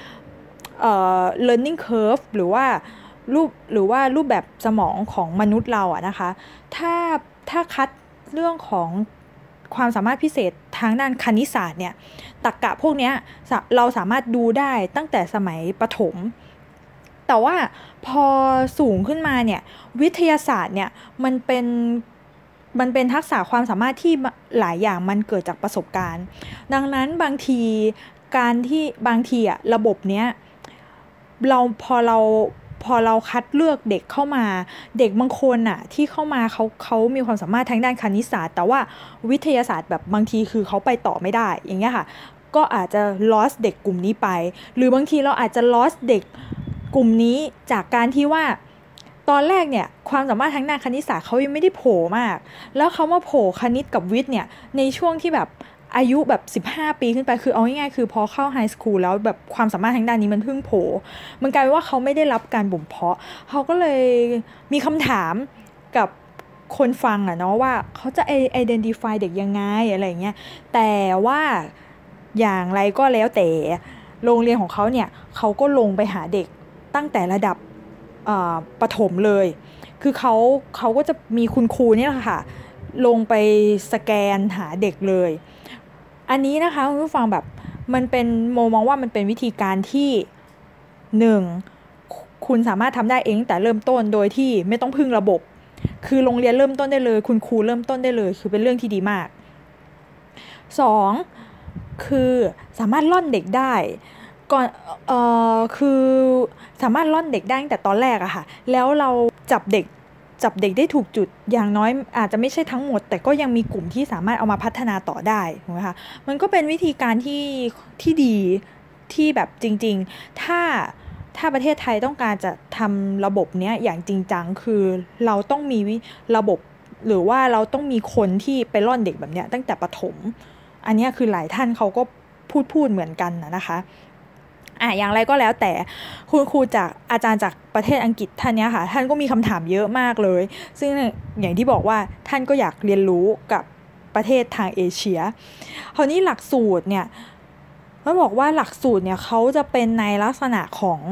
learning curve หรือว่ารูปแบบสมองของมนุษย์เราอะนะคะถ้าคัดเรื่องของความสามารถพิเศษทางด้านคณิตศาสตร์เนี่ยตรรกะพวกนี้เราสามารถดูได้ตั้งแต่สมัยประถมแต่ว่าพอสูงขึ้นมาเนี่ยวิทยาศาสตร์เนี่ยมันเป็นทักษะความสามารถที่หลายอย่างมันเกิดจากประสบการณ์ดังนั้นบางทีอะระบบเนี้ยพอเราคัดเลือกเด็กเข้ามาเด็กบางคนน่ะที่เข้ามาเขามีความสามารถทางด้านคณิตศาสตร์แต่ว่าวิทยาศาสตร์แบบบางทีคือเขาไปต่อไม่ได้อย่างเงี้ยค่ะก็อาจจะ lost เด็กกลุ่มนี้ไปหรือบางทีเราอาจจะ lost เด็กกลุ่มนี้จากการที่ว่าตอนแรกเนี่ยความสามารถทางด้านคณิตศาสตร์เขายังไม่ได้โผล่มากแล้วเขามาโผล่คณิตกับวิทย์เนี่ยในช่วงที่แบบอายุแบบ15ปีขึ้นไปคือเอาง่ายๆคือพอเข้าไฮสคูลแล้วแบบความสามารถทางด้านนี้มันเพิ่งโผล่มันกลายเป็นว่าเขาไม่ได้รับการบ่มเพาะเขาก็เลยมีคำถามกับคนฟังอะเนาะว่าเขาจะidentify เด็กยังไงอะไรเงี้ยแต่ว่าอย่างไรก็แล้วแต่โรงเรียนของเขาเนี่ยเขาก็ลงไปหาเด็กตั้งแต่ระดับประถมเลยคือเขาก็จะมีคุณครูนี่แหละค่ะลงไปสแกนหาเด็กเลยอันนี้นะคะคุณผู้ฟังแบบมันเป็นมองว่ามันเป็นวิธีการที่คุณสามารถทำได้เองแต่เริ่มต้นโดยที่ไม่ต้องพึ่งระบบคือโรงเรียนเริ่มต้นได้เลยคุณครูเริ่มต้นได้เลยคือเป็นเรื่องที่ดีมาก2คือสามารถล่อนเด็กได้ก่อนคือสามารถล่อนเด็กได้ตั้งแต่ตอนแรกอะค่ะแล้วเราจับเด็กได้ถูกจุดอย่างน้อยอาจจะไม่ใช่ทั้งหมดแต่ก็ยังมีกลุ่มที่สามารถเอามาพัฒนาต่อได้ถูกไหมคะมันก็เป็นวิธีการที่ดีที่แบบจริงๆถ้าประเทศไทยต้องการจะทำระบบเนี้ยอย่างจริงจังคือเราต้องมีระบบหรือว่าเราต้องมีคนที่ไปล่อนเด็กแบบเนี้ยตั้งแต่ประถมอันนี้คือหลายท่านเขาก็พูดเหมือนกันนะคะอย่างไรก็แล้วแต่คุณครูจากอาจารย์จากประเทศอังกฤษท่านนี้ค่ะท่านก็มีคำถามเยอะมากเลยซึ่งอย่างที่บอกว่าท่านก็อยากเรียนรู้กับประเทศทางเอเชียคราวนี้หลักสูตรเนี่ยเขาบอกว่าหลักสูตรเนี่ยเขาจะเป็นในลักษณะของ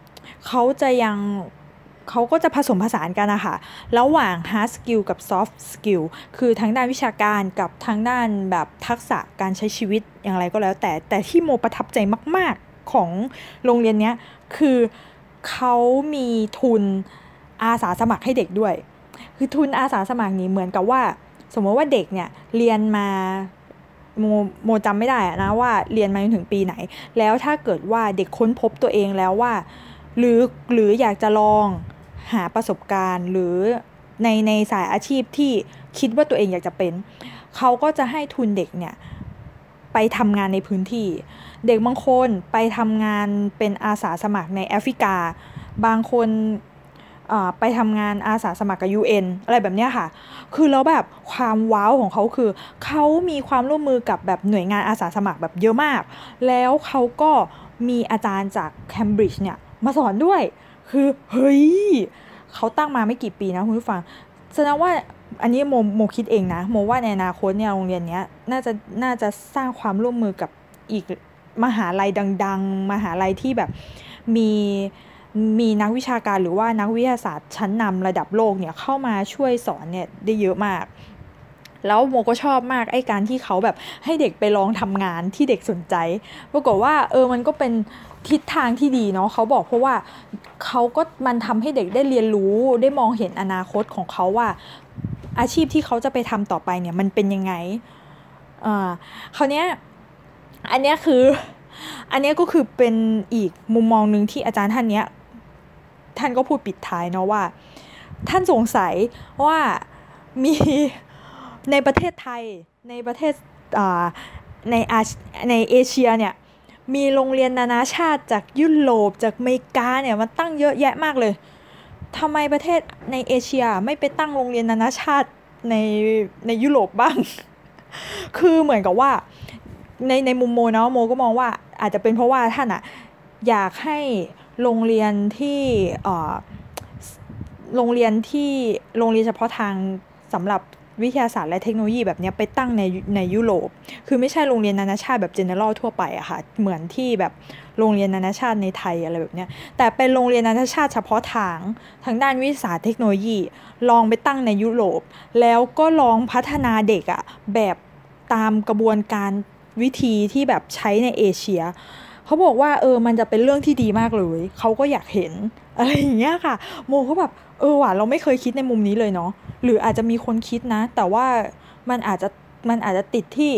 เขาก็จะผสมผสานกันนะคะระหว่าง hard skill กับ soft skill คือทั้งด้านวิชาการกับทั้งด้านแบบทักษะการใช้ชีวิตอย่างไรก็แล้วแต่ที่โมประทับใจมากๆของโรงเรียนเนี้ยคือเขามีทุนอาสาสมัครให้เด็กด้วยคือทุนอาสาสมัครนี้เหมือนกับว่าสมมติว่าเด็กเนี่ยเรียนมาโมจำไม่ได้นะว่าเรียนมาจนถึงปีไหนแล้วถ้าเกิดว่าเด็กค้นพบตัวเองแล้วว่าหรืออยากจะลองหาประสบการณ์หรือในสายอาชีพที่คิดว่าตัวเองอยากจะเป็นเขาก็จะให้ทุนเด็กเนี่ยไปทำงานในพื้นที่เด็กบางคนไปทำงานเป็นอาสาสมัครในแอฟริกาบางคนไปทำงานอาสาสมัครกับ UN อะไรแบบนี้ค่ะคือแล้วแบบความว้าวของเขาคือเขามีความร่วมมือกับแบบหน่วยงานอาสาสมัครแบบเยอะมากแล้วเขาก็มีอาจารย์จากเคมบริดจ์เนี่ยมาสอนด้วยคือเฮ้ยเขาตั้งมาไม่กี่ปีนะคุณผู้ฟังแสดงว่าอันนี้โมคิดเองนะโมว่าในอนาคตเนี่ยโรงเรียนเนี้ยน่าจะสร้างความร่วมมือกับอีกมหาลัยดังๆมหาลัยที่แบบมีนักวิชาการหรือว่านักวิทยาศาสตร์ชั้นนำระดับโลกเนี่ยเข้ามาช่วยสอนเนี่ยได้เยอะมากแล้วโมก็ชอบมากไอ้การที่เขาแบบให้เด็กไปลองทำงานที่เด็กสนใจปรากฏว่ามันก็เป็นทิศทางที่ดีเนาะเขาบอกเพราะว่ามันทำให้เด็กได้เรียนรู้ได้มองเห็นอนาคตของเขาว่าอาชีพที่เขาจะไปทำต่อไปเนี่ยมันเป็นยังไงคราวนี้อันนี้ก็คือเป็นอีกมุมมองนึงที่อาจารย์ท่านก็พูดปิดท้ายเนาะว่าท่านสงสัยว่ามีในประเทศไทยในประเทศในเอเชียเนี่ยมีโรงเรียนนานาชาติจากยุโรปจากอเมริกาเนี่ยมันตั้งเยอะแยะมากเลยทำไมประเทศในเอเชียไม่ไปตั้งโรงเรียนนานาชาติในยุโรปบ้าง คือเหมือนกับว่าในมุมโมเนาะโมก็มองว่าอาจจะเป็นเพราะว่าท่านอยากให้โรงเรียนโรงเรียนเฉพาะทางสำหรับวิทยาศาสตร์และเทคโนโลยีแบบนี้ไปตั้งในยุโรปคือไม่ใช่โรงเรียนนานาชาติแบบ general ทั่วไปอะค่ะเหมือนที่แบบโรงเรียนนานาชาติในไทยอะไรแบบนี้แต่เป็นโรงเรียนนานาชาติเฉพาะทางด้านวิทยาศาสตร์เทคโนโลยีลองไปตั้งในยุโรปแล้วก็ลองพัฒนาเด็กแบบตามกระบวนการวิธีที่แบบใช้ในเอเชียเขาบอกว่ามันจะเป็นเรื่องที่ดีมากเลยเขาก็อยากเห็นอะไรอย่างเงี้ยค่ะโมก็แบบว่ะเราไม่เคยคิดในมุมนี้เลยเนาะหรืออาจจะมีคนคิดนะแต่ว่ามันอาจจะติดที่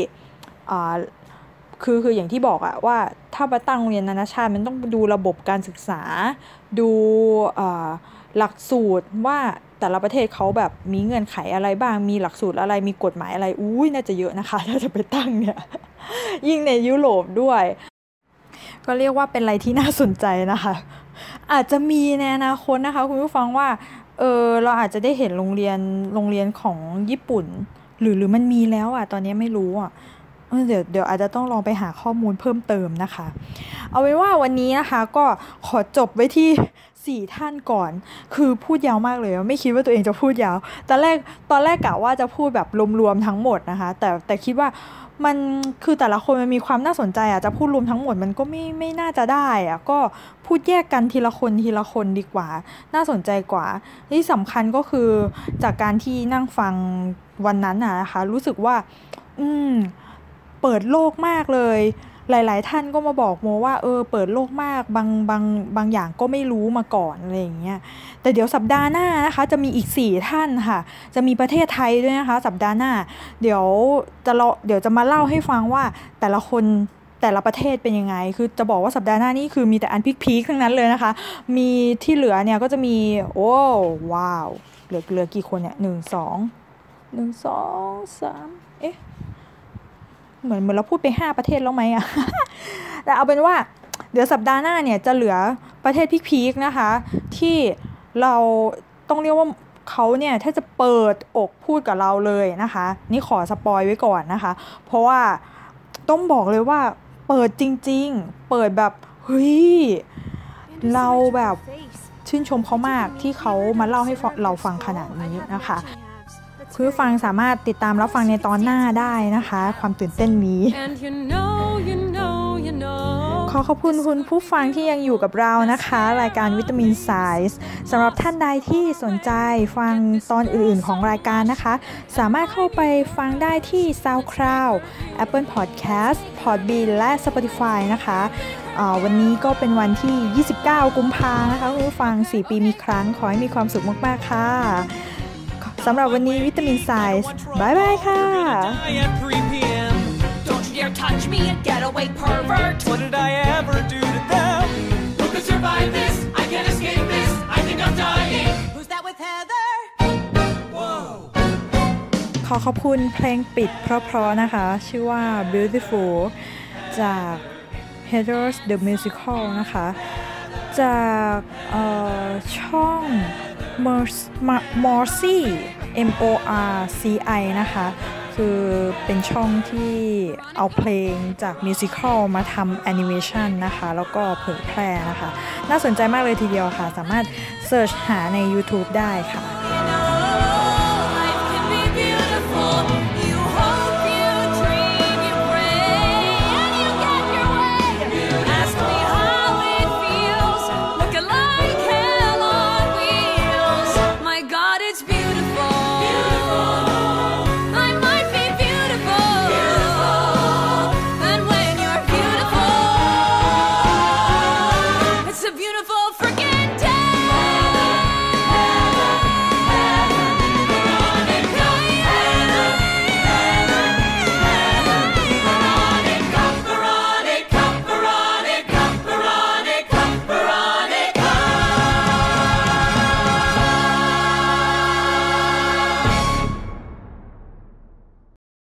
คืออย่างที่บอกว่าถ้าไปตั้งโรงเรียนนานาชาติมันต้องดูระบบการศึกษาดูหลักสูตรว่าแต่ละประเทศเขาแบบมีเงื่อนไขอะไรบ้างมีหลักสูตรอะไรมีกฎหมายอะไรน่าจะเยอะนะคะถ้าจะไปตั้งเนี่ยยิ่งในยุโรปด้วยก็เรียกว่าเป็นอะไรที่น่าสนใจนะคะอาจจะมีในอนาคตนะคะคุณผู้ฟังว่าเราอาจจะได้เห็นโรงเรียนของญี่ปุ่นหรือมันมีแล้วตอนนี้ไม่รู้เดี๋ยวอาจจะต้องลองไปหาข้อมูลเพิ่มเติมนะคะเอาไว้ว่าวันนี้นะคะก็ขอจบไว้ที่4ท่านก่อนคือพูดยาวมากเลยไม่คิดว่าตัวเองจะพูดยาวตอนแรกกะว่าจะพูดแบบรวมๆทั้งหมดนะคะแต่คิดว่ามันคือแต่ละคนมันมีความน่าสนใจจะพูดรวมทั้งหมดมันก็ไม่น่าจะได้ก็พูดแยกกันทีละคนดีกว่าน่าสนใจกว่าที่สำคัญก็คือจากการที่นั่งฟังวันนั้นนะคะรู้สึกว่าเปิดโลกมากเลยหลายๆท่านก็มาบอกโมว่าเปิดโลกมากบางอย่างก็ไม่รู้มาก่อนอะไรอย่างเงี้ยแต่เดี๋ยวสัปดาห์หน้านะคะจะมีอีก4ท่านค่ะจะมีประเทศไทยด้วยนะคะสัปดาห์หน้าเดี๋ยวจะมาเล่าให้ฟังว่าแต่ละคนแต่ละประเทศเป็นยังไงคือจะบอกว่าสัปดาห์หน้านี่คือมีแต่อันพีคๆทั้งนั้นเลยนะคะมีที่เหลือเนี่ยก็จะมีว้าวเหลือกี่คนเนี่ย1 2 3เหมือนเราพูดไป5ประเทศแล้วไหมแต่เอาเป็นว่าเดี๋ยวสัปดาห์หน้าเนี่ยจะเหลือประเทศพีคๆนะคะที่เราต้องเรียกว่าเขาเนี่ยถ้าจะเปิดอกพูดกับเราเลยนะคะนี่ขอสปอยไว้ก่อนนะคะเพราะว่าต้องบอกเลยว่าเปิดจริงๆเปิดแบบเฮ้ยเราแบบชื่นชมเขามากที่เขามาเล่าให้เราฟังขนาดนี้นะคะคุณผู้ฟังสามารถติดตามรับฟังในตอนหน้าได้นะคะความตื่นเต้นนี้ขอขอบคุณคุณผู้ฟังที่ยังอยู่กับเรานะคะรายการวิตามินไซส์สำหรับท่านใดที่สนใจฟังตอนอื่นๆของรายการนะคะสามารถเข้าไปฟังได้ที่ SoundCloud Apple Podcast Podbean และ Spotify นะคะวันนี้ก็เป็นวันที่29กุมภาพันธ์นะคะคุณผู้ฟัง4ปีมีครั้งขอให้มีความสุขมากๆค่ะสำหรับวันนี้วิตามินไซส์บายบายค่ะ Dare touch me and get away, pervert. What did I ever do to them? Who could survive this? I can't escape this. I think I'm dying. Who's that with Heather? Whoa. ขอขอบคุณเพลงปิดเพราะๆนะคะชื่อว่า Beautiful จาก Heathers the Musical นะคะจากช่อง Morsi MORCI นะคะคือเป็นช่องที่เอาเพลงจากมิวสิคัลมาทำแอนิเมชันนะคะแล้วก็เผยแพร่นะคะน่าสนใจมากเลยทีเดียวค่ะสามารถเสิร์ชหาใน YouTube ได้ค่ะ